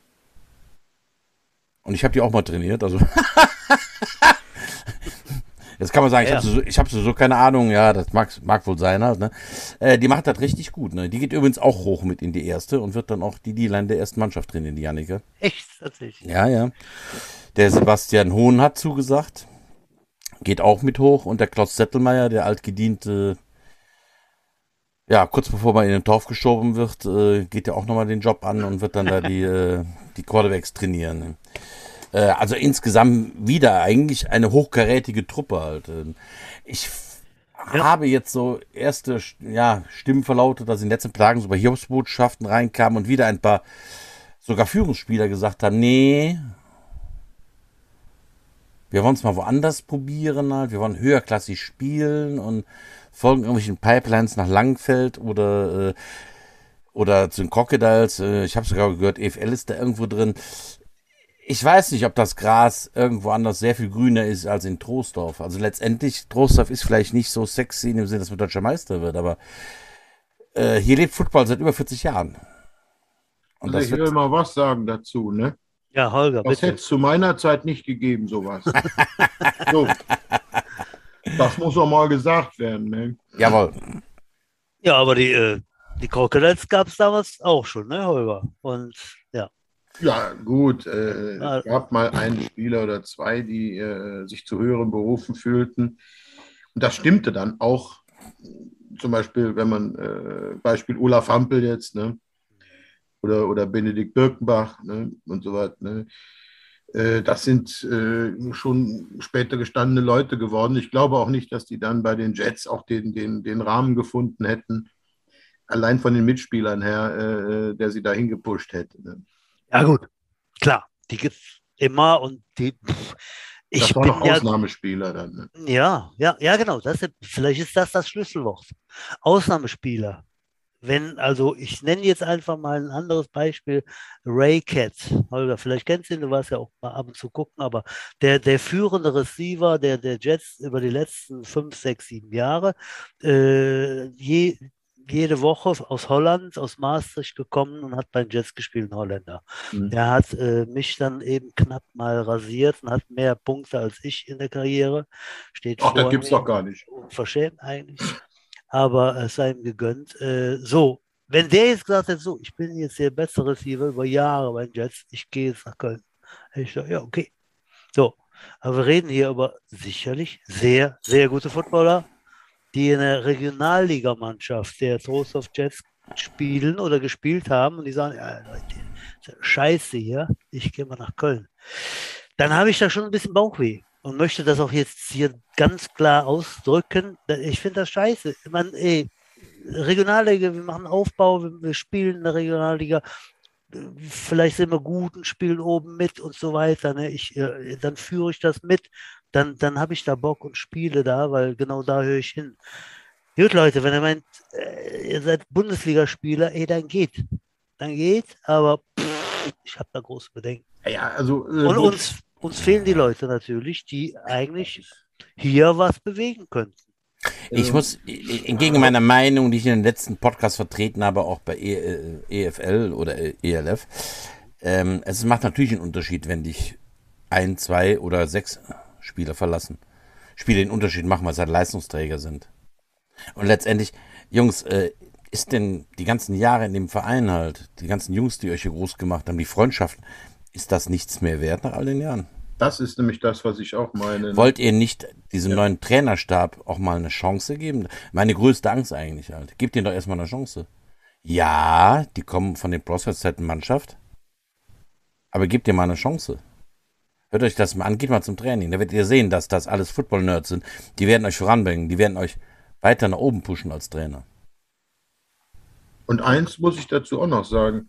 Und ich habe die auch mal trainiert, also Jetzt kann man sagen, Ja, ich habe so keine Ahnung, ja, das mag wohl sein halt, ne? Die macht das richtig gut, ne? Die geht übrigens auch hoch mit in die erste und wird dann auch die D-Line der ersten Mannschaft drin in die Jannike. echt, tatsächlich. Ja, ja. Der Sebastian Hohn hat zugesagt, geht auch mit hoch und der Klaus Settelmeier, der altgediente, ja, kurz bevor man in den Torf geschoben wird, geht ja auch nochmal den Job an und wird dann da die Quarterbacks trainieren. Ne? Also insgesamt wieder eigentlich eine hochkarätige Truppe halt. Ich Ja, habe jetzt so erste Stimmen verlautet, dass in den letzten Tagen so bei Hiobsbotschaften reinkamen und wieder ein paar sogar Führungsspieler gesagt haben, nee, wir wollen es mal woanders probieren halt, wir wollen höherklassig spielen und folgen irgendwelchen Pipelines nach Langfeld oder zu den Crocodiles. Ich habe sogar gehört, EFL ist da irgendwo drin. Ich weiß nicht, ob das Gras irgendwo anders sehr viel grüner ist als in Troisdorf. Also letztendlich, Troisdorf ist vielleicht nicht so sexy in dem Sinne, dass man deutscher Meister wird, aber hier lebt Football seit über 40 Jahren. Und Also das ich will wird, mal was sagen dazu, ne? ja, Holger, Das bitte. hätte es zu meiner Zeit nicht gegeben, sowas. So, das muss auch mal gesagt werden, ne? jawohl. Ja, aber die Crocodiles gab es damals auch schon, ne, Holger? Und ja, Ja, gut, ah, es gab mal einen Spieler oder zwei, die sich zu höheren Berufen fühlten. Und das stimmte dann auch. Zum Beispiel, wenn man, Beispiel Olaf Hampel jetzt, ne? Oder Benedikt Birkenbach, ne? Und so weiter. Ne? Das sind schon später gestandene Leute geworden. Ich glaube auch nicht, dass die dann bei den Jets auch den Rahmen gefunden hätten, allein von den Mitspielern her, der sie dahin gepusht hätte. Ne? ja gut, klar, die gibt's immer und ich Das waren noch bin ja, Ausnahmespieler dann. Ne? ja, genau, vielleicht ist das Schlüsselwort. Ausnahmespieler. Wenn, also ich nenne jetzt einfach mal ein anderes Beispiel, Ray Katz. Holger, vielleicht kennst du ihn, du warst ja auch mal ab und zu gucken, aber der führende Receiver der Jets über die letzten 5, 6, 7 Jahre, jede Woche aus Holland, aus Maastricht gekommen und hat bei den Jets gespielt, ein Holländer. Mhm. Der hat mich dann eben knapp mal rasiert und hat mehr Punkte als ich in der Karriere. Steht Ach, das vor gibt's doch mir. gar nicht. Unverschämt eigentlich, aber es sei ihm gegönnt. So, wenn der jetzt gesagt hätte, so, ich bin jetzt der bessere Receiver über Jahre bei den Jets, ich gehe jetzt nach Köln. Hätte ich gesagt, ja, okay. So, aber wir reden hier über sicherlich sehr, sehr gute Footballer, die in der Regionalligamannschaft der Troisdorf Jets spielen oder gespielt haben und die sagen, ja, Leute, Scheiße hier, ich gehe mal nach Köln. Dann habe ich da schon ein bisschen Bauchweh und möchte das auch jetzt hier ganz klar ausdrücken. Ich finde das scheiße. Man, Regionalliga, wir machen Aufbau, wir spielen in der Regionalliga, vielleicht sind wir gut und spielen oben mit und so weiter. Ne? Dann führe ich das mit, dann habe ich da Bock und spiele da, weil genau da höre ich hin. Gut, Leute, wenn ihr meint, ihr seid Bundesligaspieler, dann geht. Dann geht, aber ich habe da große Bedenken. Ja, also Und uns fehlen die Leute natürlich, die eigentlich hier was bewegen könnten. Ich muss entgegen meiner Meinung, die ich in den letzten Podcast vertreten habe, auch bei EFL oder ELF, es macht natürlich einen Unterschied, wenn dich 1, 2 oder 6 Spieler verlassen. Spiele den Unterschied machen, weil sie halt Leistungsträger sind. Und letztendlich, Jungs, ist denn die ganzen Jahre in dem Verein halt, die ganzen Jungs, die euch hier groß gemacht haben, die Freundschaften, ist das nichts mehr wert nach all den Jahren? das ist nämlich das, was ich auch meine. Ne? Wollt ihr nicht diesem neuen Trainerstab auch mal eine Chance geben? Meine größte Angst eigentlich halt. Gebt ihnen doch erstmal eine Chance. Ja, die kommen von den Prospects Mannschaft, aber gebt ihr mal eine Chance. Hört euch das mal an, geht mal zum Training. Da werdet ihr sehen, dass das alles Football-Nerds sind. Die werden euch voranbringen, die werden euch weiter nach oben pushen als Trainer. Und eins muss ich dazu auch noch sagen.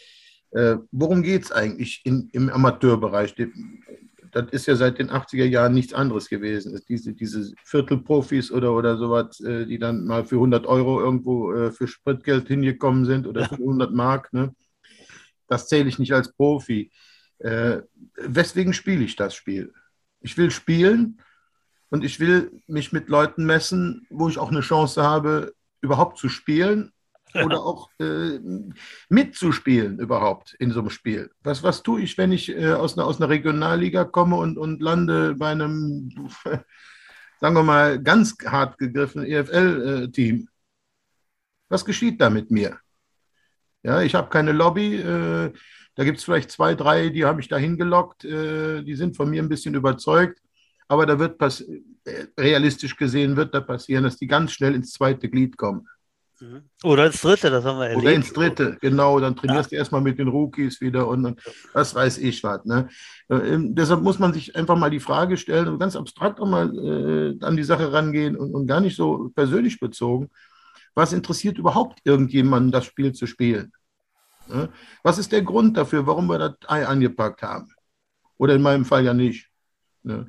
Worum geht es eigentlich im Amateurbereich? Das ist ja seit den 80er Jahren nichts anderes gewesen. Diese Viertelprofis oder sowas, die dann mal für 100 Euro irgendwo für Spritgeld hingekommen sind oder für 100 Mark. Ne? Das zähle ich nicht als Profi. Weswegen spiele ich das Spiel? Ich will spielen und ich will mich mit Leuten messen, wo ich auch eine Chance habe, überhaupt zu spielen oder auch mitzuspielen überhaupt in so einem Spiel. Was tue ich, wenn ich aus einer Regionalliga komme und lande bei einem sagen wir mal, ganz hart gegriffen EFL-Team. Was geschieht da mit mir? Ja, ich habe keine Lobby. Da gibt es vielleicht 2, 3, die habe ich da hingelockt. Die sind von mir ein bisschen überzeugt. Aber da wird realistisch gesehen wird da passieren, dass die ganz schnell ins zweite Glied kommen. Oder ins dritte, das haben wir erlebt. Oder ins dritte, genau. Dann trainierst du erstmal mit den Rookies wieder und was weiß ich was. Ne? Deshalb muss man sich einfach mal die Frage stellen und ganz abstrakt auch mal an die Sache rangehen und gar nicht so persönlich bezogen. Was interessiert überhaupt irgendjemanden, das Spiel zu spielen? Ne? Was ist der Grund dafür, warum wir das Ei angepackt haben? Oder in meinem Fall ja nicht. Ne?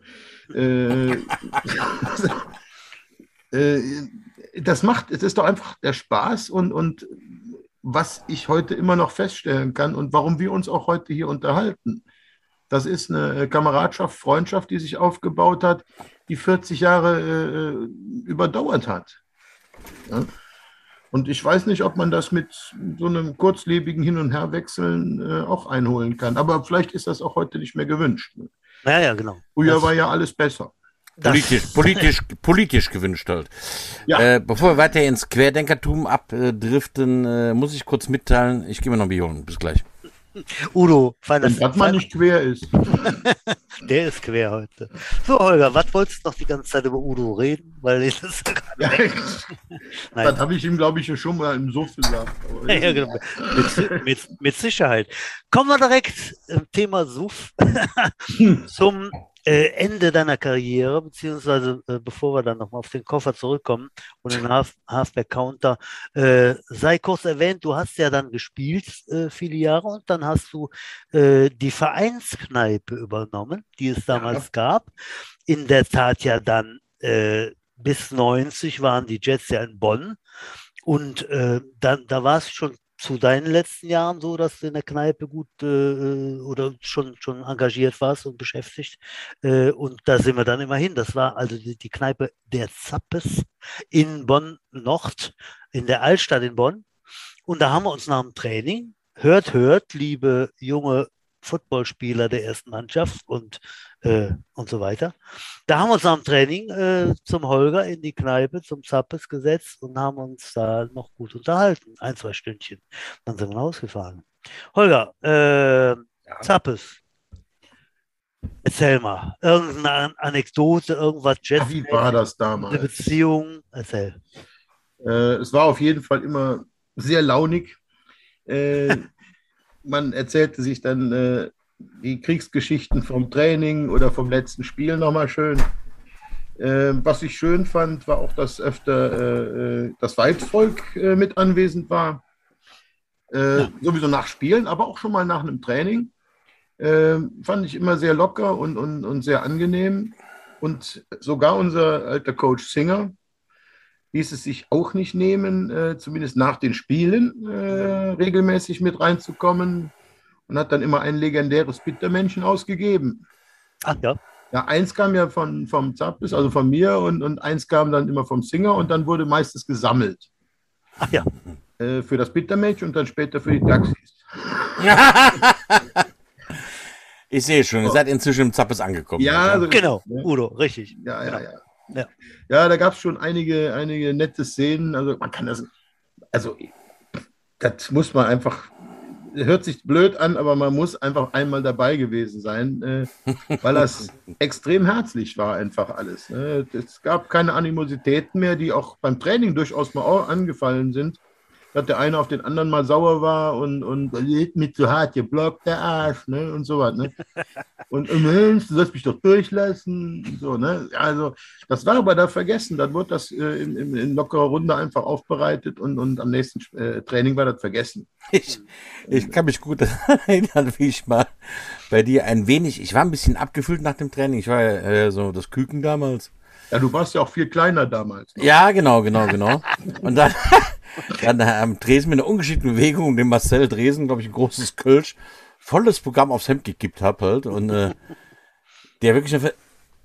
Es ist doch einfach der Spaß und was ich heute immer noch feststellen kann und warum wir uns auch heute hier unterhalten. Das ist eine Kameradschaft, Freundschaft, die sich aufgebaut hat, die 40 Jahre überdauert hat. Ja? Und ich weiß nicht, ob man das mit so einem kurzlebigen Hin- und Herwechseln auch einholen kann. Aber vielleicht ist das auch heute nicht mehr gewünscht. Ja, genau. Früher war ja alles besser. Politisch gewünscht halt. Ja. Bevor wir weiter ins Querdenkertum abdriften, muss ich kurz mitteilen, ich gehe mir noch ein Bier holen. Bis gleich. Udo, Wenn das mal nicht quer ist. Der ist quer heute. So, Holger, was wolltest du noch die ganze Zeit über Udo reden? Weil das Das habe ich ihm, glaube ich, schon mal im Suff gesagt. Ja, genau. Mit Sicherheit. Kommen wir direkt im Thema Suff zum Ende deiner Karriere, beziehungsweise bevor wir dann nochmal auf den Koffer zurückkommen und den Halfback-Counter, sei kurz erwähnt, du hast ja dann gespielt viele Jahre und dann hast du die Vereinskneipe übernommen, die es damals gab. In der Tat ja dann bis 90 waren die Jets ja in Bonn und da war es schon zu deinen letzten Jahren so, dass du in der Kneipe gut oder schon engagiert warst und beschäftigt. Und da sind wir dann immer hin. Das war also die Kneipe der Zappes in Bonn-Nord, in der Altstadt in Bonn. Und da haben wir uns nach dem Training, hört, liebe junge Footballspieler der ersten Mannschaft und so weiter. Da haben wir uns nach dem Training zum Holger in die Kneipe, zum Zappes gesetzt und haben uns da noch gut unterhalten. 1, 2 Stündchen. Dann sind wir rausgefahren. Holger, Zappes, erzähl mal. Irgendeine Anekdote, irgendwas Jets. Wie war das damals? Eine Beziehung, erzähl. Es war auf jeden Fall immer sehr launig. Man erzählte sich dann die Kriegsgeschichten vom Training oder vom letzten Spiel nochmal schön. Was ich schön fand, war auch, dass öfter das Weibsvolk mit anwesend war. Sowieso nach Spielen, aber auch schon mal nach einem Training. Fand ich immer sehr locker und sehr angenehm. Und sogar unser alter Coach Singer ließ es sich auch nicht nehmen, zumindest nach den Spielen regelmäßig mit reinzukommen und hat dann immer ein legendäres Bittermännchen ausgegeben. Ach ja. Ja, eins kam ja vom Zappes, also von mir, und eins kam dann immer vom Singer und dann wurde meistens gesammelt. Ach ja. Für das Bittermännchen und dann später für die Taxis. Ich sehe schon, ihr seid inzwischen im Zappes angekommen. Ja, also, genau, Udo, richtig. Ja, genau. Ja. Ja, da gab es schon einige nette Szenen. Also man kann das muss man einfach, hört sich blöd an, aber man muss einfach einmal dabei gewesen sein, weil das extrem herzlich war einfach alles. Es gab keine Animositäten mehr, die auch beim Training durchaus mal angefallen sind. Dass der eine auf den anderen mal sauer war und mit so hart geblockt, der Arsch, ne, und so was, ne. Und du sollst mich doch durchlassen, so, ne. Also, das war aber da vergessen. Dann wurde das in lockerer Runde einfach aufbereitet und am nächsten Training war das vergessen. Ich kann mich gut erinnern, wie ich mal bei dir ich war ein bisschen abgefüllt nach dem Training. Ich war ja so das Küken damals. Ja, du warst ja auch viel kleiner damals. Ne? Ja, genau. Und dann am Dresen mit einer ungeschickten Bewegung und dem Marcel Dresen, glaube ich, ein großes Kölsch, volles Programm aufs Hemd gekippt habe halt. Und der wirklich einfach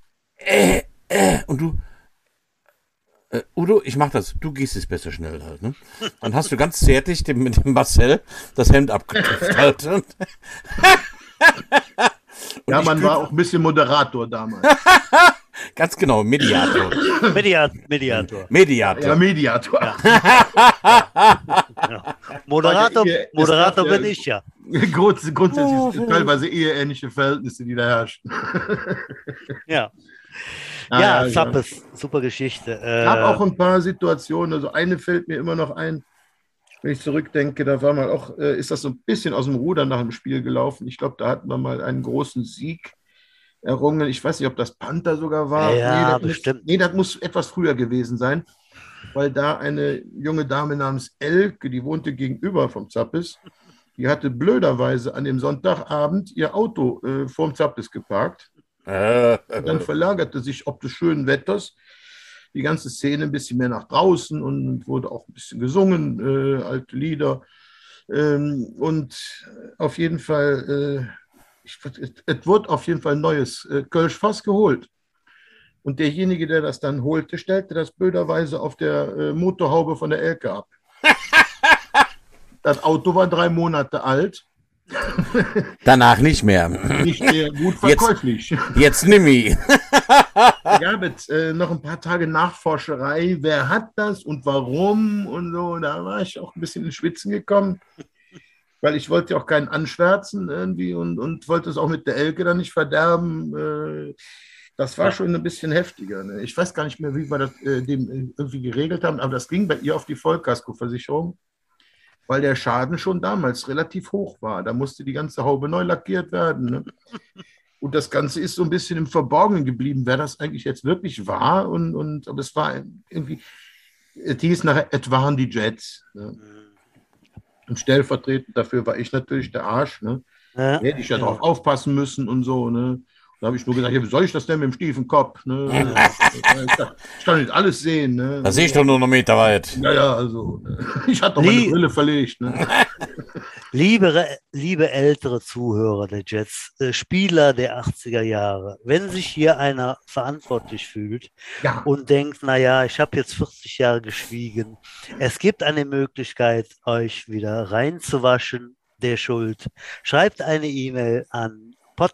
und du, Udo, ich mach das, du gehst es besser schnell halt, ne? Dann hast du ganz zärtlich mit dem Marcel das Hemd abgeknüpft halt. Ja, man war auch ein bisschen Moderator damals. Ganz genau, Mediator. Mediator. Ja, Mediator. Ja. Moderator bin ich ja. Grundsätzlich teilweise eheähnliche Verhältnisse, die da herrschen. Ja. Ja, Zappes, super Geschichte. Ich habe auch ein paar Situationen, also eine fällt mir immer noch ein, wenn ich zurückdenke, da war mal auch, ist das so ein bisschen aus dem Ruder nach dem Spiel gelaufen. Ich glaube, da hatten wir mal einen großen Sieg errungen. Ich weiß nicht, ob das Panther sogar war. Ja, bestimmt. Das muss etwas früher gewesen sein, weil da eine junge Dame namens Elke, die wohnte gegenüber vom Zappes, die hatte blöderweise an dem Sonntagabend ihr Auto vorm Zappes geparkt. Dann verlagerte sich ob des schönen Wetters die ganze Szene ein bisschen mehr nach draußen und wurde auch ein bisschen gesungen, alte Lieder. Und auf jeden Fall, es wurde auf jeden Fall ein neues Kölschfass geholt. Und derjenige, der das dann holte, stellte das blöderweise auf der Motorhaube von der Elke ab. Das Auto war 3 Monate alt. Danach nicht mehr. Nicht mehr gut verkäuflich. Jetzt nimm ich. Da gab es noch ein paar Tage Nachforscherei. Wer hat das und warum und so. Da war ich auch ein bisschen ins Schwitzen gekommen, weil ich wollte ja auch keinen anschwärzen irgendwie und wollte es auch mit der Elke dann nicht verderben. Das war schon ein bisschen heftiger. Ne? Ich weiß gar nicht mehr, wie wir das dem irgendwie geregelt haben, aber das ging bei ihr auf die Vollkaskoversicherung, weil der Schaden schon damals relativ hoch war. Da musste die ganze Haube neu lackiert werden. Ne? Und das Ganze ist so ein bisschen im Verborgenen geblieben, wer das eigentlich jetzt wirklich war. Aber es war irgendwie, es hieß nachher, es waren die Jets. Ne? Und stellvertretend dafür war ich natürlich der Arsch. Ne? Da hätte ich ja drauf aufpassen müssen und so. Ne? Da habe ich nur gesagt, ja, wie soll ich das denn mit dem Stiefenkopf? Ne? Ich kann nicht alles sehen. Ne? Das sehe ich doch nur noch einen Meter weit. Ja, also ich hatte doch meine Brille verlegt. Ne? Liebe ältere Zuhörer der Jets, Spieler der 80er Jahre, wenn sich hier einer verantwortlich fühlt und denkt, naja, ich habe jetzt 40 Jahre geschwiegen, es gibt eine Möglichkeit, euch wieder reinzuwaschen, der Schuld. Schreibt eine E-Mail an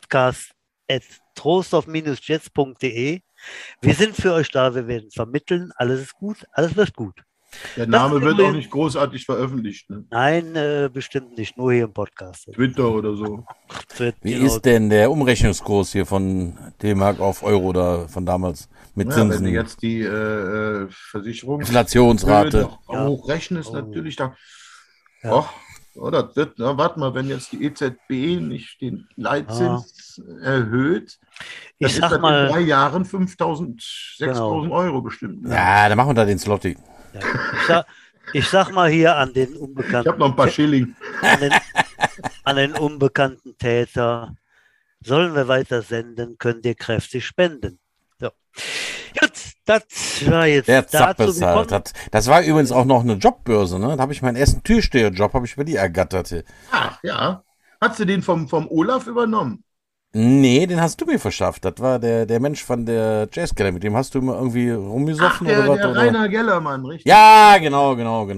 podcast@trostorf-jets.de. Wir sind für euch da, wir werden vermitteln, alles ist gut, alles wird gut. Der Name wird auch nicht großartig veröffentlicht. Ne? Nein, bestimmt nicht, nur hier im Podcast. Twitter oder so. Wie ist denn der Umrechnungskurs hier von D-Mark auf Euro oder von damals mit Zinsen? Wenn du jetzt die Versicherung Inflationsrate hochrechnest, natürlich da. Das wird, warte mal, wenn jetzt die EZB nicht den Leitzins erhöht, dann ist das in 3 Jahren 5.000, 6.000 Euro bestimmt. Ne? Ja, dann machen wir da den Slotty. Ja. Ich sag mal hier an den Unbekannten. Ich habe noch ein paar Schilling. An den unbekannten Täter. Sollen wir weiter senden, könnt ihr kräftig spenden. So. Gut, das war jetzt der Zappes halt. Das war übrigens auch noch eine Jobbörse, ne? Da habe ich meinen ersten Türsteherjob, habe ich über die ergattert. Ach ja. Hast du den vom Olaf übernommen? Nee, den hast du mir verschafft. Das war der Mensch von der Jazzkeller. Mit dem hast du immer irgendwie rumgesoffen oder was? Der Rainer Gellermann, richtig? Ja, genau.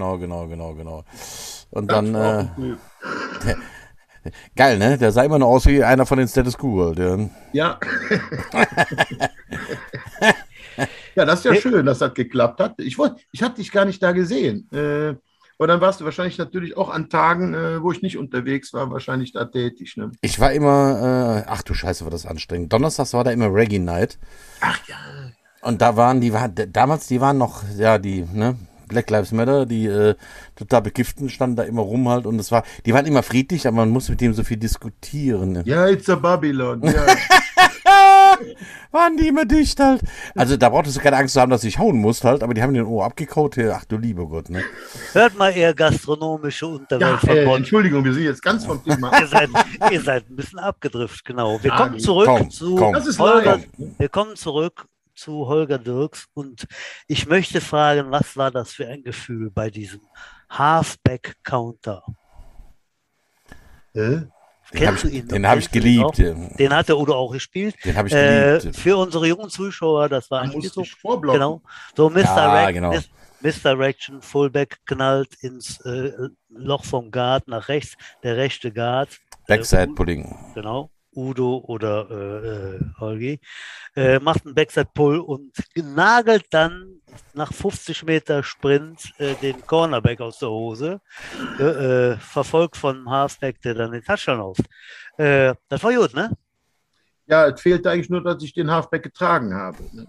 Und dann, geil, ne? Der sah immer noch aus wie einer von den Status Quo. Ja. Ja, das ist ja schön, dass das geklappt hat. Ich hatte dich gar nicht da gesehen. Aber dann warst du wahrscheinlich natürlich auch an Tagen, wo ich nicht unterwegs war, wahrscheinlich da tätig. Ne? Ich war immer, ach du Scheiße, war das anstrengend. Donnerstags war da immer Reggae Night. Ach ja. Und da waren die waren noch, ja, ne, Black Lives Matter, die total Bekifften standen da immer rum halt und die waren immer friedlich, aber man musste mit dem so viel diskutieren. Ne? Ja, it's a Babylon, ja. Waren die immer dicht halt. Also da brauchtest du keine Angst zu haben, dass ich hauen musst halt, aber die haben den Ohr abgekaut. Ach du lieber Gott, ne? Hört mal, ihr gastronomische Unterwelt von Bonn. Entschuldigung, wir sind jetzt ganz vom Thema. ihr seid ein bisschen abgedriftet, genau. Wir kommen zurück zu Holger Dirks und ich möchte fragen, was war das für ein Gefühl bei diesem Halfback-Counter? Kennst du ihn? Den habe ich geliebt. Den hat der Udo auch gespielt. Den habe ich geliebt. Für unsere jungen Zuschauer, das war ein Spiel genau. So Misdirection, Fullback knallt ins Loch vom Guard nach rechts, der rechte Guard. Backside Pudding. Genau. Udo oder Holgi, macht einen Backside-Pull und nagelt dann nach 50 Meter Sprint den Cornerback aus der Hose, verfolgt vom Halfback, der dann den Touchdown auf. Das war gut, ne? Ja, es fehlte eigentlich nur, dass ich den Halfback getragen habe. Ne?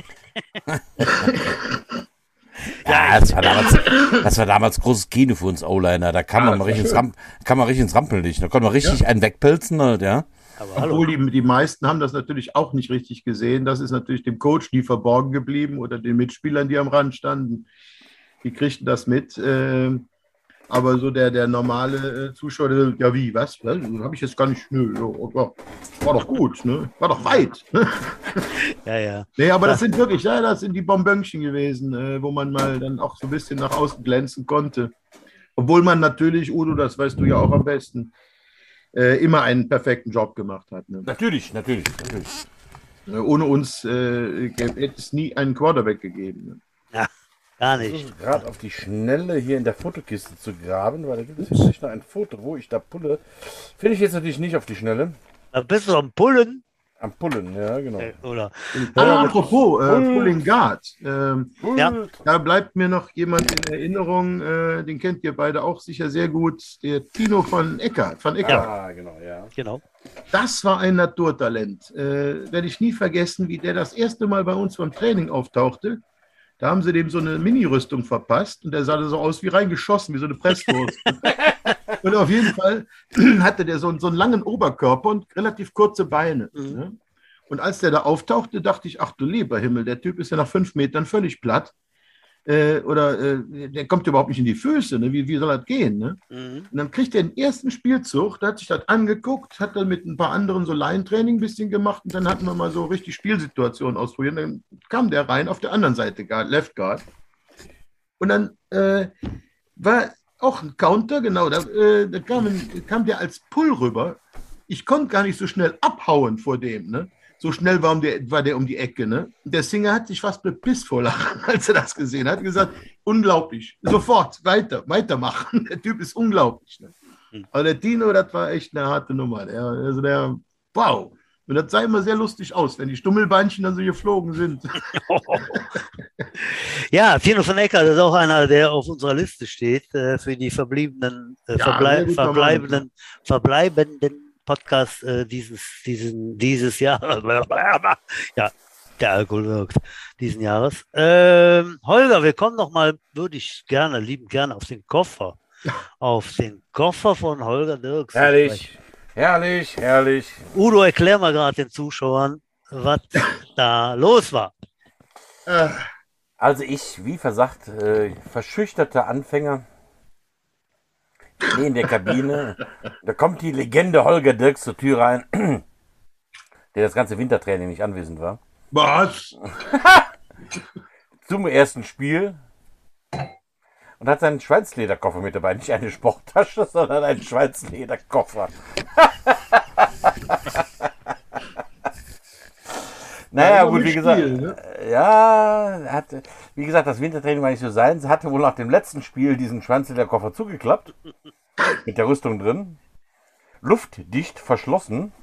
Ja, das war damals großes Kino für uns O-Liner. Da kam man mal richtig ins Rampenlicht. Da konnte man richtig einen wegpelzen halt, ja. Aber Obwohl die meisten haben das natürlich auch nicht richtig gesehen. Das ist natürlich dem Coach nie verborgen geblieben oder den Mitspielern, die am Rand standen. Die kriegten das mit. Aber so der normale Zuschauer, der, ja wie, was? Habe ich jetzt gar nicht, nö, war doch gut, ne? War doch weit. Ne? Ja. Nee, aber das sind wirklich, ja, das sind die Bonbönchen gewesen, wo man mal dann auch so ein bisschen nach außen glänzen konnte. Obwohl man natürlich, Udo, das weißt du ja auch am besten, immer einen perfekten Job gemacht hat. Ne? Natürlich. Ohne uns hätte es nie einen Quarterback gegeben. Ne? Ja, gar nicht. Gerade auf die Schnelle hier in der Fotokiste zu graben, weil da gibt es jetzt nicht noch ein Foto, wo ich da pulle. Finde ich jetzt natürlich nicht auf die Schnelle. Da bist du am Pullen. Am Pullen, ja, genau. Oder? Apropos, Pulling Guard. Ja. Da bleibt mir noch jemand in Erinnerung, den kennt ihr beide auch sicher sehr gut, der Tino von Eckert. Ja, genau, ja. Genau. Das war ein Naturtalent. Werde ich nie vergessen, wie der das erste Mal bei uns beim Training auftauchte. Da haben sie dem so eine Mini-Rüstung verpasst und der sah so aus wie reingeschossen, wie so eine Presswurst. Und auf jeden Fall hatte der so einen langen Oberkörper und relativ kurze Beine. Mhm. Ne? Und als der da auftauchte, dachte ich, ach du lieber Himmel, der Typ ist ja nach 5 Metern völlig platt. Der kommt überhaupt nicht in die Füße. Ne? Wie soll das gehen? Ne? Mhm. Und dann kriegt er den ersten Spielzug, da hat sich das angeguckt, hat dann mit ein paar anderen so Laientraining ein bisschen gemacht und dann hatten wir mal so richtig Spielsituationen ausprobiert. Dann kam der rein auf der anderen Seite, Left Guard. Und dann war auch ein Counter, genau, da kam der als Pull rüber. Ich konnte gar nicht so schnell abhauen vor dem, ne? So schnell war der um die Ecke, ne? Und der Singer hat sich fast bepisst vor Lachen, als er das gesehen hat. Gesagt, unglaublich, sofort, weitermachen. Der Typ ist unglaublich. Ne? Aber der Tino, das war echt eine harte Nummer. Wow. Und das sah immer sehr lustig aus, wenn die Stummelbeinchen dann so geflogen sind. Ja, Tino von Eckert ist auch einer, der auf unserer Liste steht für die verbliebenen Podcast dieses Jahres. Ja, der Alkohol wirkt diesen Jahres. Holger, wir kommen noch mal, liebend gerne auf den Koffer. Auf den Koffer von Holger Dirks. Herrlich. Udo, erklär mal gerade den Zuschauern, was da los war. Also ich, wie versagt, verschüchterter Anfänger in der Kabine. Da kommt die Legende Holger Dirks zur Tür rein, der das ganze Wintertraining nicht anwesend war. Was? Zum ersten Spiel und hat seinen Schweinslederkoffer mit dabei. Nicht eine Sporttasche, sondern einen Schweinslederkoffer. Naja, gut, wie gesagt, wie gesagt, das Wintertraining war nicht so sein. Hatte wohl nach dem letzten Spiel diesen Schweinslederkoffer zugeklappt, mit der Rüstung drin, luftdicht verschlossen.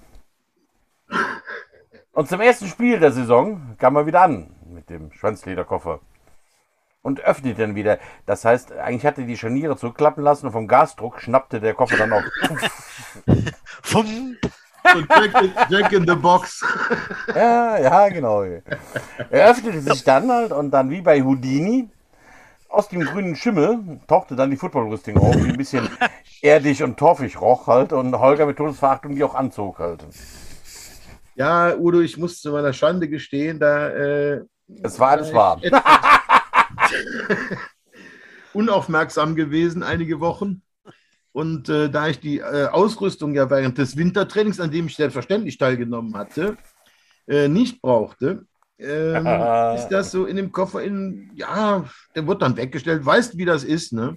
Und zum ersten Spiel der Saison kam er wieder an mit dem Schweinslederkoffer und öffnet dann wieder. Das heißt, eigentlich hatte die Scharniere zurückklappen lassen und vom Gasdruck schnappte der Koffer dann auch. Und Jack in the Box. Ja, genau. Er öffnete sich dann halt und dann wie bei Houdini aus dem grünen Schimmel tauchte dann die Footballrüstung auf, die ein bisschen erdig und torfig roch halt und Holger mit Todesverachtung die auch anzog halt. Ja, Udo, ich muss zu meiner Schande gestehen, es war alles wahr. Unaufmerksam gewesen einige Wochen. Und da ich die Ausrüstung ja während des Wintertrainings, an dem ich selbstverständlich teilgenommen hatte, nicht brauchte, ist das so in dem Koffer, der wird dann weggestellt. Weißt, wie das ist, ne?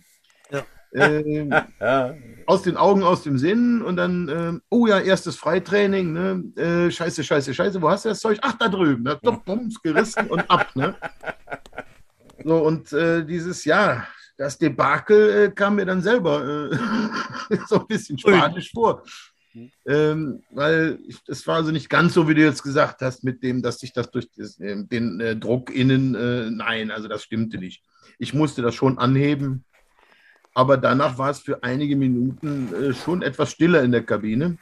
Ja. Aus den Augen, aus dem Sinn und dann, erstes Freitraining, ne? Scheiße, wo hast du das Zeug? Ach, da drüben, ne? Bums, gerissen und ab, ne? So, und dieses Jahr, das Debakel kam mir dann selber so ein bisschen spanisch vor. Weil es war also nicht ganz so, wie du jetzt gesagt hast, mit dem, dass sich das durch den Druck innen, nein, also das stimmte nicht. Ich musste das schon anheben, aber danach war es für einige Minuten schon etwas stiller in der Kabine.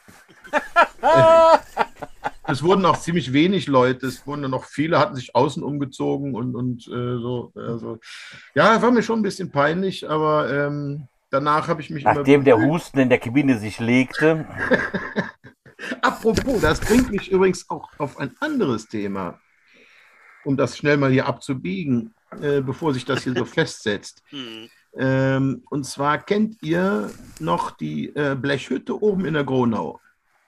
Es wurden auch ziemlich wenig Leute, es wurden noch viele, hatten sich außen umgezogen und so. Also, ja, war mir schon ein bisschen peinlich, aber danach habe ich mich Nachdem der Husten in der Kabine sich legte. Apropos, das bringt mich übrigens auch auf ein anderes Thema, um das schnell mal hier abzubiegen, bevor sich das hier so festsetzt. Und zwar kennt ihr noch die Blechhütte oben in der Gronau?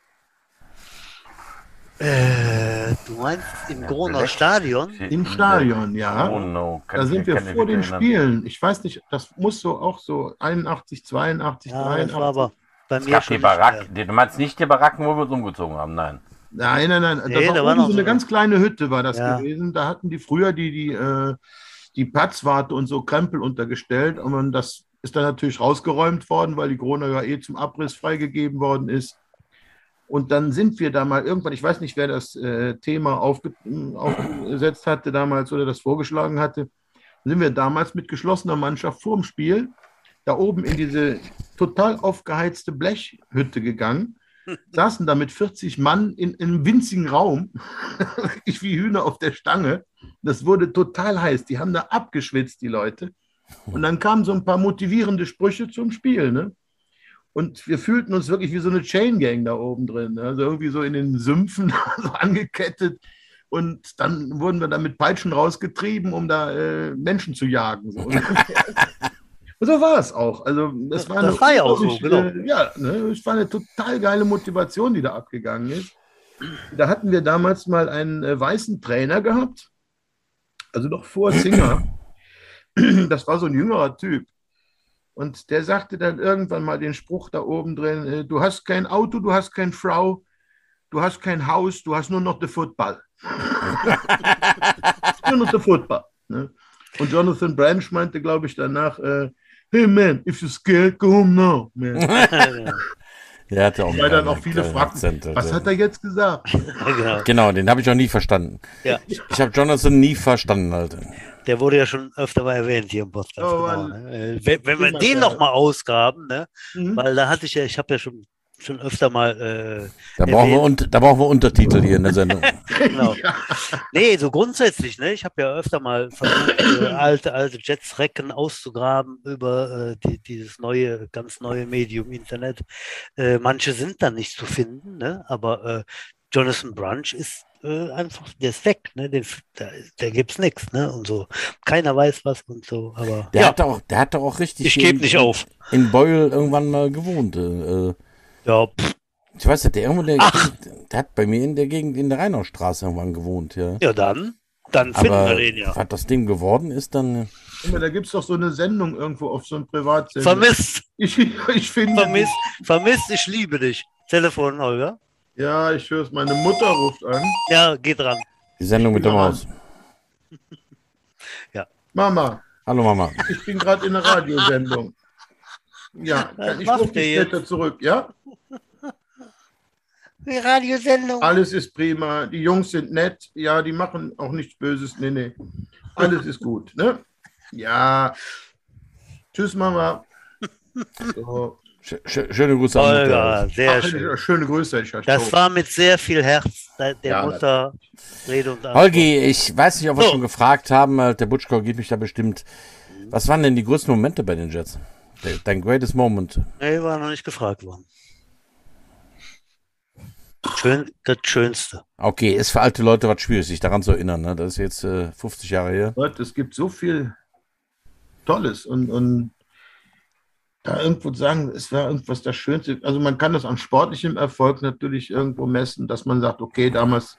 Du meinst im Gronauer Stadion? Im Stadion, ja. Oh no. Da sind wir vor den Spielen. Ich weiß nicht, das muss so auch so 81, 82, Ja, 83. das war aber bei Es mir gab schon die nicht Baracken. Du meinst nicht die Baracken, wo wir uns umgezogen haben? Nein. Nein. Nee, Das da war war oben noch so so eine eine- ganz kleine Hütte, war das Ja. gewesen. Da hatten die früher die Platzwarte und so Krempel untergestellt. Und das ist dann natürlich rausgeräumt worden, weil die Gronau ja eh zum Abriss freigegeben worden ist. Und dann sind wir da mal irgendwann, ich weiß nicht, wer das Thema aufgesetzt hatte damals oder das vorgeschlagen hatte, sind wir damals mit geschlossener Mannschaft vorm Spiel da oben in diese total aufgeheizte Blechhütte gegangen, saßen da mit 40 Mann in einem winzigen Raum, wirklich wie Hühner auf der Stange. Das wurde total heiß. Die haben da abgeschwitzt, die Leute. Und dann kamen so ein paar motivierende Sprüche zum Spiel, ne? Und wir fühlten uns wirklich wie so eine Chain Gang da oben drin, ne? Also irgendwie so in den Sümpfen so angekettet. Und dann wurden wir da mit Peitschen rausgetrieben, um da Menschen zu jagen. So. Und so war es auch. Also es war Das war ja auch so, unglaublich, genau. ja, ne, es war eine total geile Motivation, die da abgegangen ist. Da hatten wir damals mal einen weißen Trainer gehabt, also noch vor Singer. Das war so ein jüngerer Typ. Und der sagte dann irgendwann mal den Spruch da oben drin, du hast kein Auto, du hast keine Frau, du hast kein Haus, du hast nur noch den Football. Nur noch den Football. Ne? Und Jonathan Branch meinte, glaube ich, danach, hey man, if you're scared, go home now, man. Der hatte auch Weil dann auch einen viele geilen fragten, Akzent, Alter. was hat er jetzt gesagt? Genau. Genau, den habe ich auch nie verstanden. Ja, Ich habe Jonathan nie verstanden, Alter. der wurde ja schon öfter mal erwähnt hier im Podcast. Oh, Genau, Mann. ne? Wenn wir Prima, den ja. nochmal ausgraben, ne? Mhm. Weil da hatte ich habe ja schon öfter mal Da brauchen wir Untertitel hier in der Sendung. genau. Nee, so grundsätzlich, ne? Ich habe ja öfter mal versucht, alte Jets-Recken auszugraben über dieses ganz neue Medium Internet. Manche sind dann nicht zu finden, ne? Aber Jonathan Branch ist einfach, der ist weg, ne? Da gibt's nichts, ne? Und so. Keiner weiß was und so, aber Der hat doch auch richtig ich gebe nicht auf. in Beul irgendwann mal gewohnt. Ja, Ich weiß nicht, der hat bei mir in der Gegend in der Rheinaustraße irgendwann gewohnt, ja. ja dann finden Aber wir den ja. was das Ding geworden ist, dann. Guck mal, da gibt es doch so eine Sendung irgendwo auf so einem Privatsender. Vermisst, Ich finde. vermisst, ich liebe dich. Telefon, Holger. Ja, ich höre es. Meine Mutter ruft an. Ja, geht dran. Die Sendung mit der Maus. Mama, Hallo Mama. ich bin gerade in einer Radiosendung. Ja, Was ich macht rufe der dich jetzt? später zurück, ja? Die Radiosendung. Alles ist prima. Die Jungs sind nett. Ja, die machen auch nichts Böses. Nee. Alles ist gut, ne? Ja. Tschüss, Mama. So. Schöne Grüße an Holger, Mutter. sehr Ach, schön. schöne Grüße, ich Das war mit sehr viel Herz der Ja, Mutter Rede und Antwort. Holgi, ich weiß nicht, ob wir So. schon gefragt haben, der Butchko gibt mich da bestimmt. Was waren denn die größten Momente bei den Jets? Dein greatest moment? Nee, war noch nicht gefragt worden. Das Schönste. Okay, ist für alte Leute was schwierig, sich daran zu erinnern. Ne? Das ist jetzt 50 Jahre her. Gott, es gibt so viel Tolles und da irgendwo sagen, es war irgendwas das Schönste. Also man kann das an sportlichem Erfolg natürlich irgendwo messen, dass man sagt, okay, damals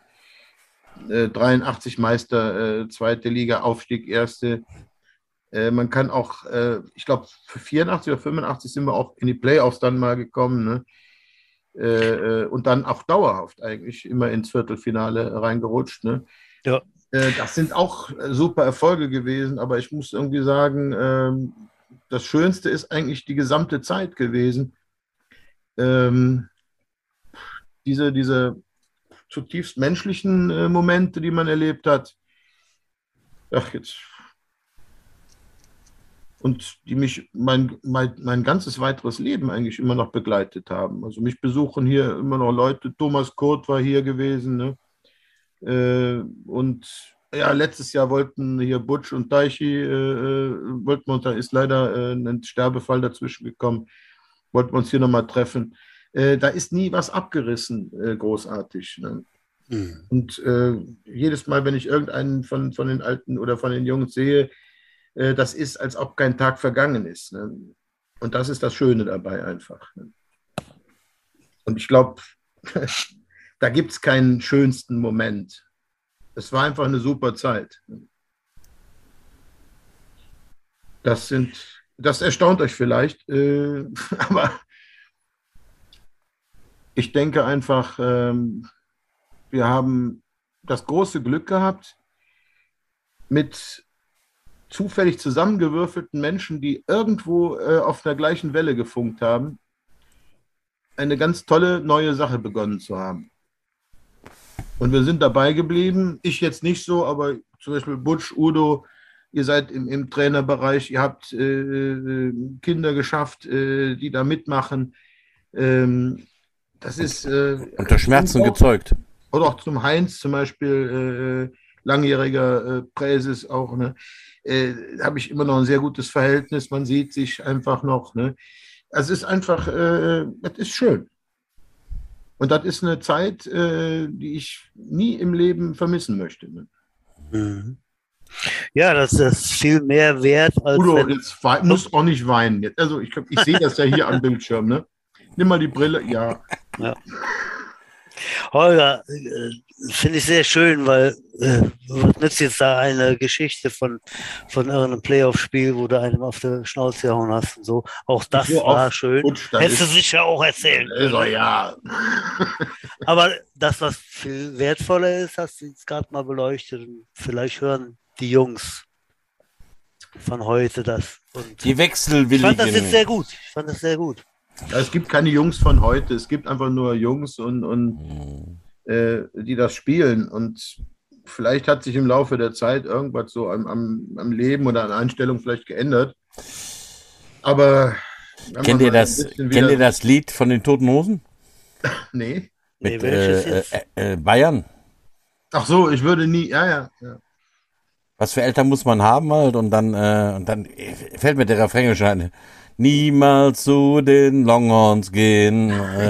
83 Meister, zweite Liga, Aufstieg, erste. Man kann auch, ich glaube, für 84 oder 85 sind wir auch in die Playoffs dann mal gekommen, ne? Und dann auch dauerhaft eigentlich immer ins Viertelfinale reingerutscht, ne? Ja. Das sind auch super Erfolge gewesen, aber ich muss irgendwie sagen, das Schönste ist eigentlich die gesamte Zeit gewesen. diese zutiefst menschlichen Momente, die man erlebt hat, ach jetzt, und die mich mein ganzes weiteres Leben eigentlich immer noch begleitet haben. Also mich besuchen hier immer noch Leute. Thomas Kurt war hier gewesen, ne? Und ja, letztes Jahr wollten hier Butch und Deichi, wollten wir uns, da ist leider ein Sterbefall dazwischen gekommen, wollten wir uns hier nochmal treffen. Da ist nie was abgerissen, großartig. Ne? Und jedes Mal, wenn ich irgendeinen von den Alten oder von den Jungs sehe, das ist, als ob kein Tag vergangen ist. Ne? Und das ist das Schöne dabei einfach. Ne? Und ich glaube, da gibt es keinen schönsten Moment. Es war einfach eine super Zeit. Das erstaunt euch vielleicht, aber ich denke einfach, wir haben das große Glück gehabt, mit zufällig zusammengewürfelten Menschen, die irgendwo auf der gleichen Welle gefunkt haben, eine ganz tolle neue Sache begonnen zu haben. Und wir sind dabei geblieben. Ich jetzt nicht so, aber zum Beispiel Butch, Udo, ihr seid im Trainerbereich, ihr habt Kinder geschafft, die da mitmachen. Das ist unter Schmerzen gezeugt. Oder auch zum Heinz zum Beispiel, langjähriger Präses auch, ne? Habe ich immer noch ein sehr gutes Verhältnis. Man sieht sich einfach noch. Ne? Also es ist einfach, das ist schön. Und das ist eine Zeit, die ich nie im Leben vermissen möchte. Ne? Mhm. Ja, das ist viel mehr wert als. Udo, jetzt musst auch nicht weinen. Jetzt. Also ich sehe das ja hier am Bildschirm. Ne? Nimm mal die Brille. Ja. Holger, finde ich sehr schön, weil was nützt jetzt da eine Geschichte von irgendeinem Playoff-Spiel, wo du einem auf der Schnauze gehauen hast und so. Auch das war schön. Hättest du sicher auch erzählen können. Also, ja. Aber das, was viel wertvoller ist, hast du jetzt gerade mal beleuchtet. Und vielleicht hören die Jungs von heute das. Und die Wechselwilligen. Ich fand das jetzt sehr gut. Ja, es gibt keine Jungs von heute, es gibt einfach nur Jungs und die das spielen. Und vielleicht hat sich im Laufe der Zeit irgendwas so am Leben oder an Einstellung vielleicht geändert. Aber kennt ihr das Lied von den Toten Hosen? Nee. Mit Bayern? Ach so, ich würde nie, ja. Was für Eltern muss man haben halt und dann fällt mir der Refrain schon ein. Niemals zu den Longhorns gehen.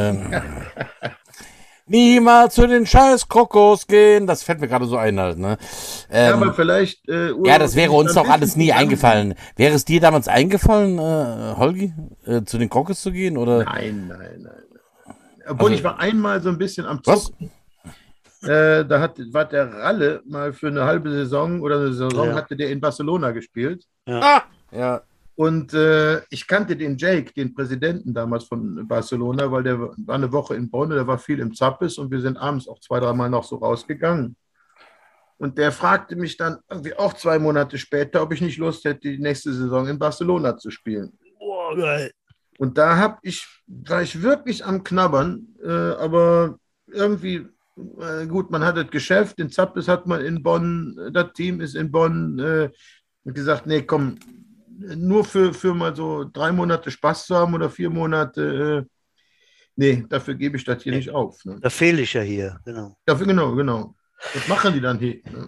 Niemals zu den scheiß Krokos gehen. Das fällt mir gerade so ein halt, ne? Aber vielleicht... ja, das wäre uns doch alles nie eingefallen. Wäre es dir damals eingefallen, Holgi, zu den Krokos zu gehen? Oder? Nein. Obwohl, ich war einmal so ein bisschen am Zucken. Da war der Ralle mal für eine halbe Saison oder eine Saison, hatte der in Barcelona gespielt. Ja. Und ich kannte den Jake, den Präsidenten damals von Barcelona, weil der war eine Woche in Bonn, der war viel im Zappes und wir sind abends auch 2-3 Mal noch so rausgegangen. Und der fragte mich dann irgendwie auch 2 Monate später, ob ich nicht Lust hätte, die nächste Saison in Barcelona zu spielen. Oh, geil. Und da war ich wirklich am Knabbern, aber irgendwie, gut, man hat das Geschäft, den Zappes hat man in Bonn, das Team ist in Bonn, und gesagt, nee, komm, nur für mal so 3 Monate Spaß zu haben oder 4 Monate, nee, dafür gebe ich das hier nicht auf. Ne? Da fehle ich ja hier, genau. Dafür, genau. Was machen die dann hier? Ne?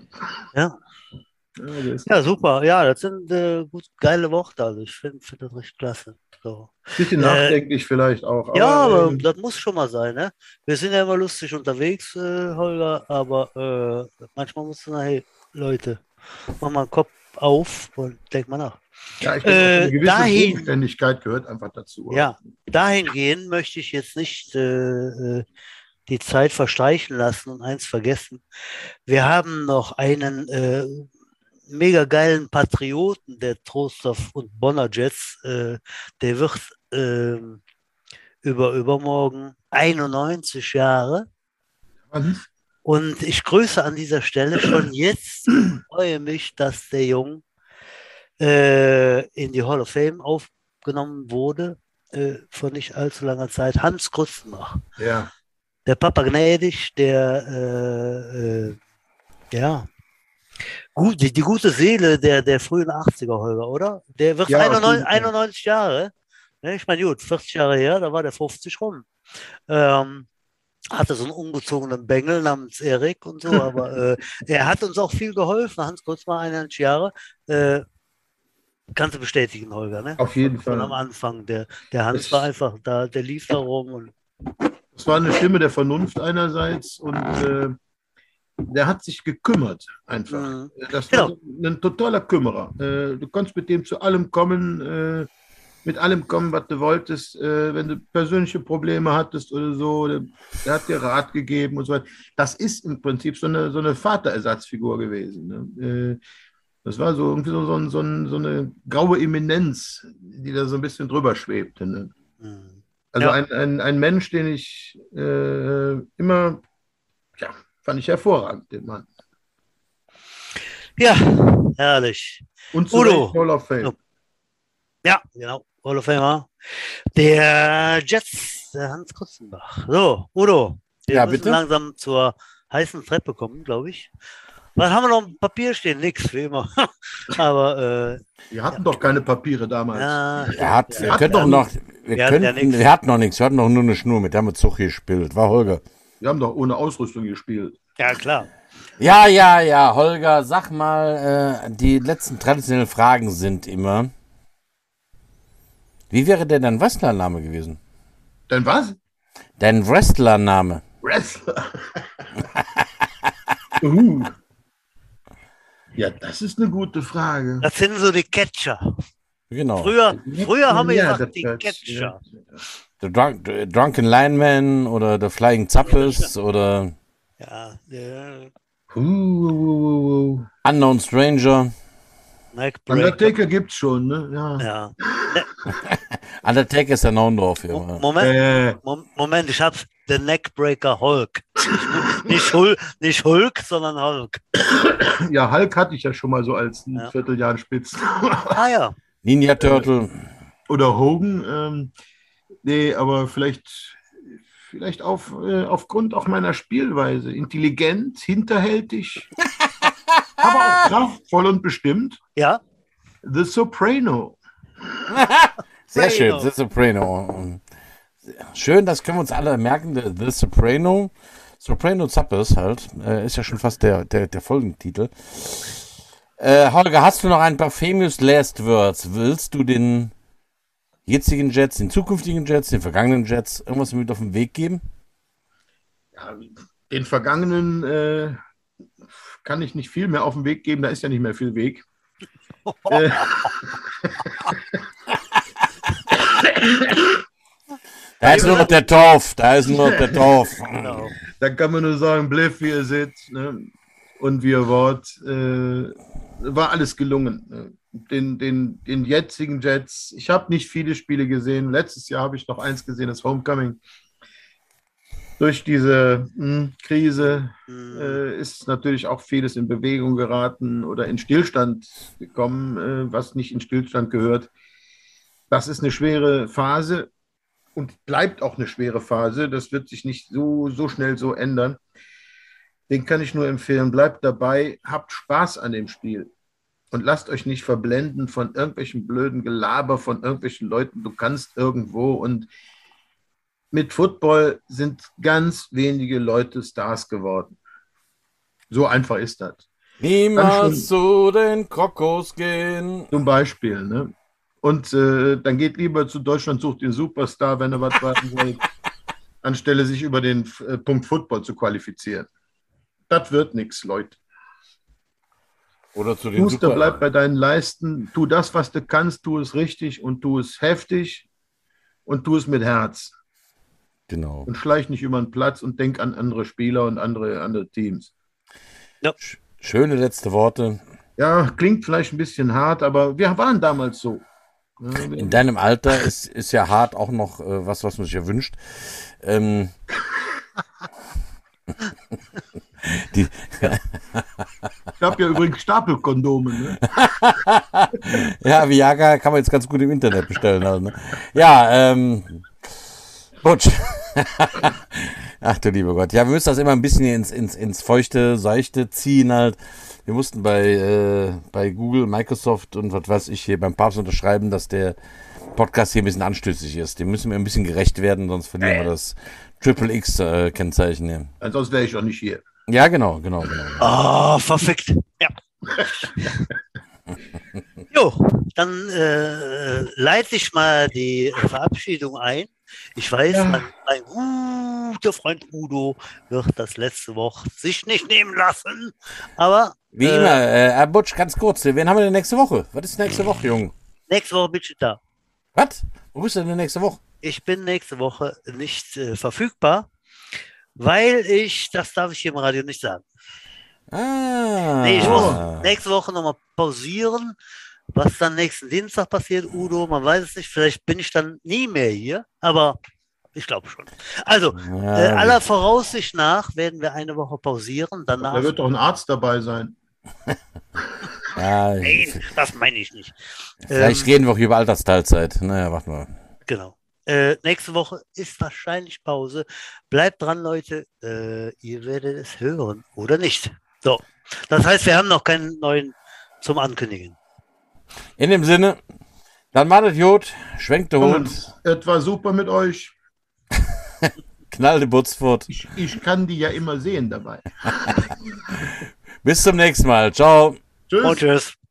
Ja, super. Ja, das sind geile Worte. Also ich finde das richtig klasse. So. Bisschen nachdenklich vielleicht auch. Aber das muss schon mal sein. Ne? Wir sind ja immer lustig unterwegs, Holger, aber manchmal musst du hey, Leute, mach mal den Kopf auf und denk mal nach. Ja, ich denke, eine gewisse Bodenständigkeit gehört einfach dazu. Ja, dahingehend möchte ich jetzt nicht die Zeit verstreichen lassen und eins vergessen. Wir haben noch einen mega geilen Patrioten der Trostorf und Bonner Jets. Der wird übermorgen 91 Jahre. Und ich grüße an dieser Stelle schon jetzt, freue mich, dass der Jung in die Hall of Fame aufgenommen wurde, vor nicht allzu langer Zeit, Hans Grüstenbach. Ja. der Papa gnädig, ja, gut, die gute Seele der frühen 80er, Holger, oder? Der wird Ja, auf jeden Fall. 91 Jahre. Ne? Ich meine, gut, 40 Jahre her, da war der 50 rum. Hatte so einen ungezogenen Bengel namens Erik und so, aber er hat uns auch viel geholfen. Hans Kutzmer, 91 Jahre. Kannst du bestätigen, Holger, ne? Auf jeden Von am Fall. Anfang. Der Hans war einfach da, der lief da rum. Und Es war eine Stimme der Vernunft einerseits und der hat sich gekümmert einfach. Das war Genau. ein totaler Kümmerer. Du konntest mit dem zu allem kommen, mit allem kommen, was du wolltest. Wenn du persönliche Probleme hattest oder so, der hat dir Rat gegeben und so weiter. Das ist im Prinzip so eine Vaterersatzfigur gewesen. Ne? Das war so irgendwie so eine graue Eminenz, die da so ein bisschen drüber schwebte. Ne? Also Ja. ein Mensch, den ich immer, ja, fand ich hervorragend, den Mann. Ja, herrlich. Und zu Udo. Recht Hall of Fame. Ja, genau. Hall of Famer. Der Jets, der Hans Kutzenbach. So, Udo, wir Ja, müssen bitte? langsam zur heißen Treppe kommen, glaube ich. Was haben wir noch im Papier stehen? Nix, wie immer. Aber Wir hatten doch keine Papiere damals. ja, Wir hatten noch, wir hatten noch nichts, wir hatten noch nur eine Schnur, mit der haben wir Zug gespielt. War Holger. Wir haben doch ohne Ausrüstung gespielt. ja, klar. Ja, Holger, sag mal, die letzten traditionellen Fragen sind immer, wie wäre denn dein Wrestlername gewesen? Denn was? Dein Wrestlername. Wrestler. Ja, das ist eine gute Frage. Das sind so die Catcher. Genau. Früher haben wir Ja, gesagt, die das- Catcher. The Drunken Lineman oder The Flying Zappes oder Ja, Unknown Stranger. Mike Breaker. Undertaker gibt's schon, ne? Ja. Ja. Undertaker ist der Namen drauf. Ja. Moment, ich hab's. The Neckbreaker Hulk. Nicht Hulk, sondern Hulk. Ja, Hulk hatte ich ja schon mal so als ein Ja. Vierteljahr in Spitz. Ah ja. Ninja Turtle. Oder Hogan. Nee, aber vielleicht aufgrund auch meiner Spielweise. Intelligent, hinterhältig, aber auch kraftvoll und bestimmt. Ja. The Soprano. Sehr schön, Soprano. The Soprano. Schön, das können wir uns alle merken. The Soprano. Soprano Zappes halt. Ist ja schon fast der Folgentitel. Holger, hast du noch ein paar famous last words? Willst du den jetzigen Jets, den zukünftigen Jets, den vergangenen Jets irgendwas mit auf den Weg geben? Ja, den Vergangenen kann ich nicht viel mehr auf den Weg geben. Da ist ja nicht mehr viel Weg. Da ist nur noch der Torf. Genau. Da kann man nur sagen, bliff, wie ihr seht, ne? Und wie ihr wart. War alles gelungen. Ne? Den jetzigen Jets, ich habe nicht viele Spiele gesehen. Letztes Jahr habe ich noch eins gesehen, das Homecoming. Durch diese Krise ist natürlich auch vieles in Bewegung geraten oder in Stillstand gekommen, was nicht in Stillstand gehört. Das ist eine schwere Phase und bleibt auch eine schwere Phase. Das wird sich nicht so schnell so ändern. Den kann ich nur empfehlen. Bleibt dabei, habt Spaß an dem Spiel. Und lasst euch nicht verblenden von irgendwelchen blöden Gelaber von irgendwelchen Leuten. Du kannst irgendwo. Und mit Football sind ganz wenige Leute Stars geworden. So einfach ist das. Niemals zu den Krokos gehen. Zum Beispiel. Ne? Und dann geht lieber zu Deutschland, sucht den Superstar, wenn ihr was warten wollt, anstelle sich über den Punkt Football zu qualifizieren. Das wird nichts, Leute. Oder zu den Schuster, bleib bei deinen Leisten, tu das, was du kannst, tu es richtig und tu es heftig und tu es mit Herz. Genau. Und schleich nicht über den Platz und denk an andere Spieler und andere Teams. Ja. Schöne letzte Worte. Ja, klingt vielleicht ein bisschen hart, aber wir waren damals so. In deinem Alter ist ja hart auch noch was man sich ja wünscht. Ich habe ja übrigens Stapelkondome. Ne? Ja, Viagra kann man jetzt ganz gut im Internet bestellen. Also, ne? Ja, Butch. Ach du lieber Gott. Ja, wir müssen das immer ein bisschen ins Feuchte, Seichte ziehen halt. Wir mussten bei Google, Microsoft und was weiß ich hier beim Papst unterschreiben, dass der Podcast hier ein bisschen anstößig ist. Dem müssen wir ein bisschen gerecht werden, sonst verlieren wir das Triple X-Kennzeichen hier. Ansonsten wäre ich auch nicht hier. Ja, genau. Oh, verfickt. Ja. Jo, dann leite ich mal die Verabschiedung ein. Ich weiß, mein guter Freund Udo wird das letzte Woche sich nicht nehmen lassen, aber... Wie immer, Butsch, ganz kurz, wen haben wir denn nächste Woche? Was ist nächste Woche, Junge? Nächste Woche bin ich da. Was? Wo bist du denn nächste Woche? Ich bin nächste Woche nicht verfügbar, weil das darf ich hier im Radio nicht sagen. Nee, ich muss nächste Woche nochmal pausieren. Was dann nächsten Dienstag passiert, Udo, man weiß es nicht. Vielleicht bin ich dann nie mehr hier, aber ich glaube schon. Also, aller Voraussicht nach werden wir eine Woche pausieren. Danach Da wird doch ein Arzt dabei sein. Nein, das meine ich nicht. Vielleicht reden wir auch über Altersteilzeit. Naja, warten wir. Genau. Nächste Woche ist wahrscheinlich Pause. Bleibt dran, Leute. Ihr werdet es hören oder nicht. So, das heißt, wir haben noch keinen neuen zum Ankündigen. In dem Sinne, dann macht es gut, schwenkt der Hund. Es war super mit euch. Knall die Butzfurt. Ich kann die ja immer sehen dabei. Bis zum nächsten Mal. Ciao. Tschüss. Und tschüss.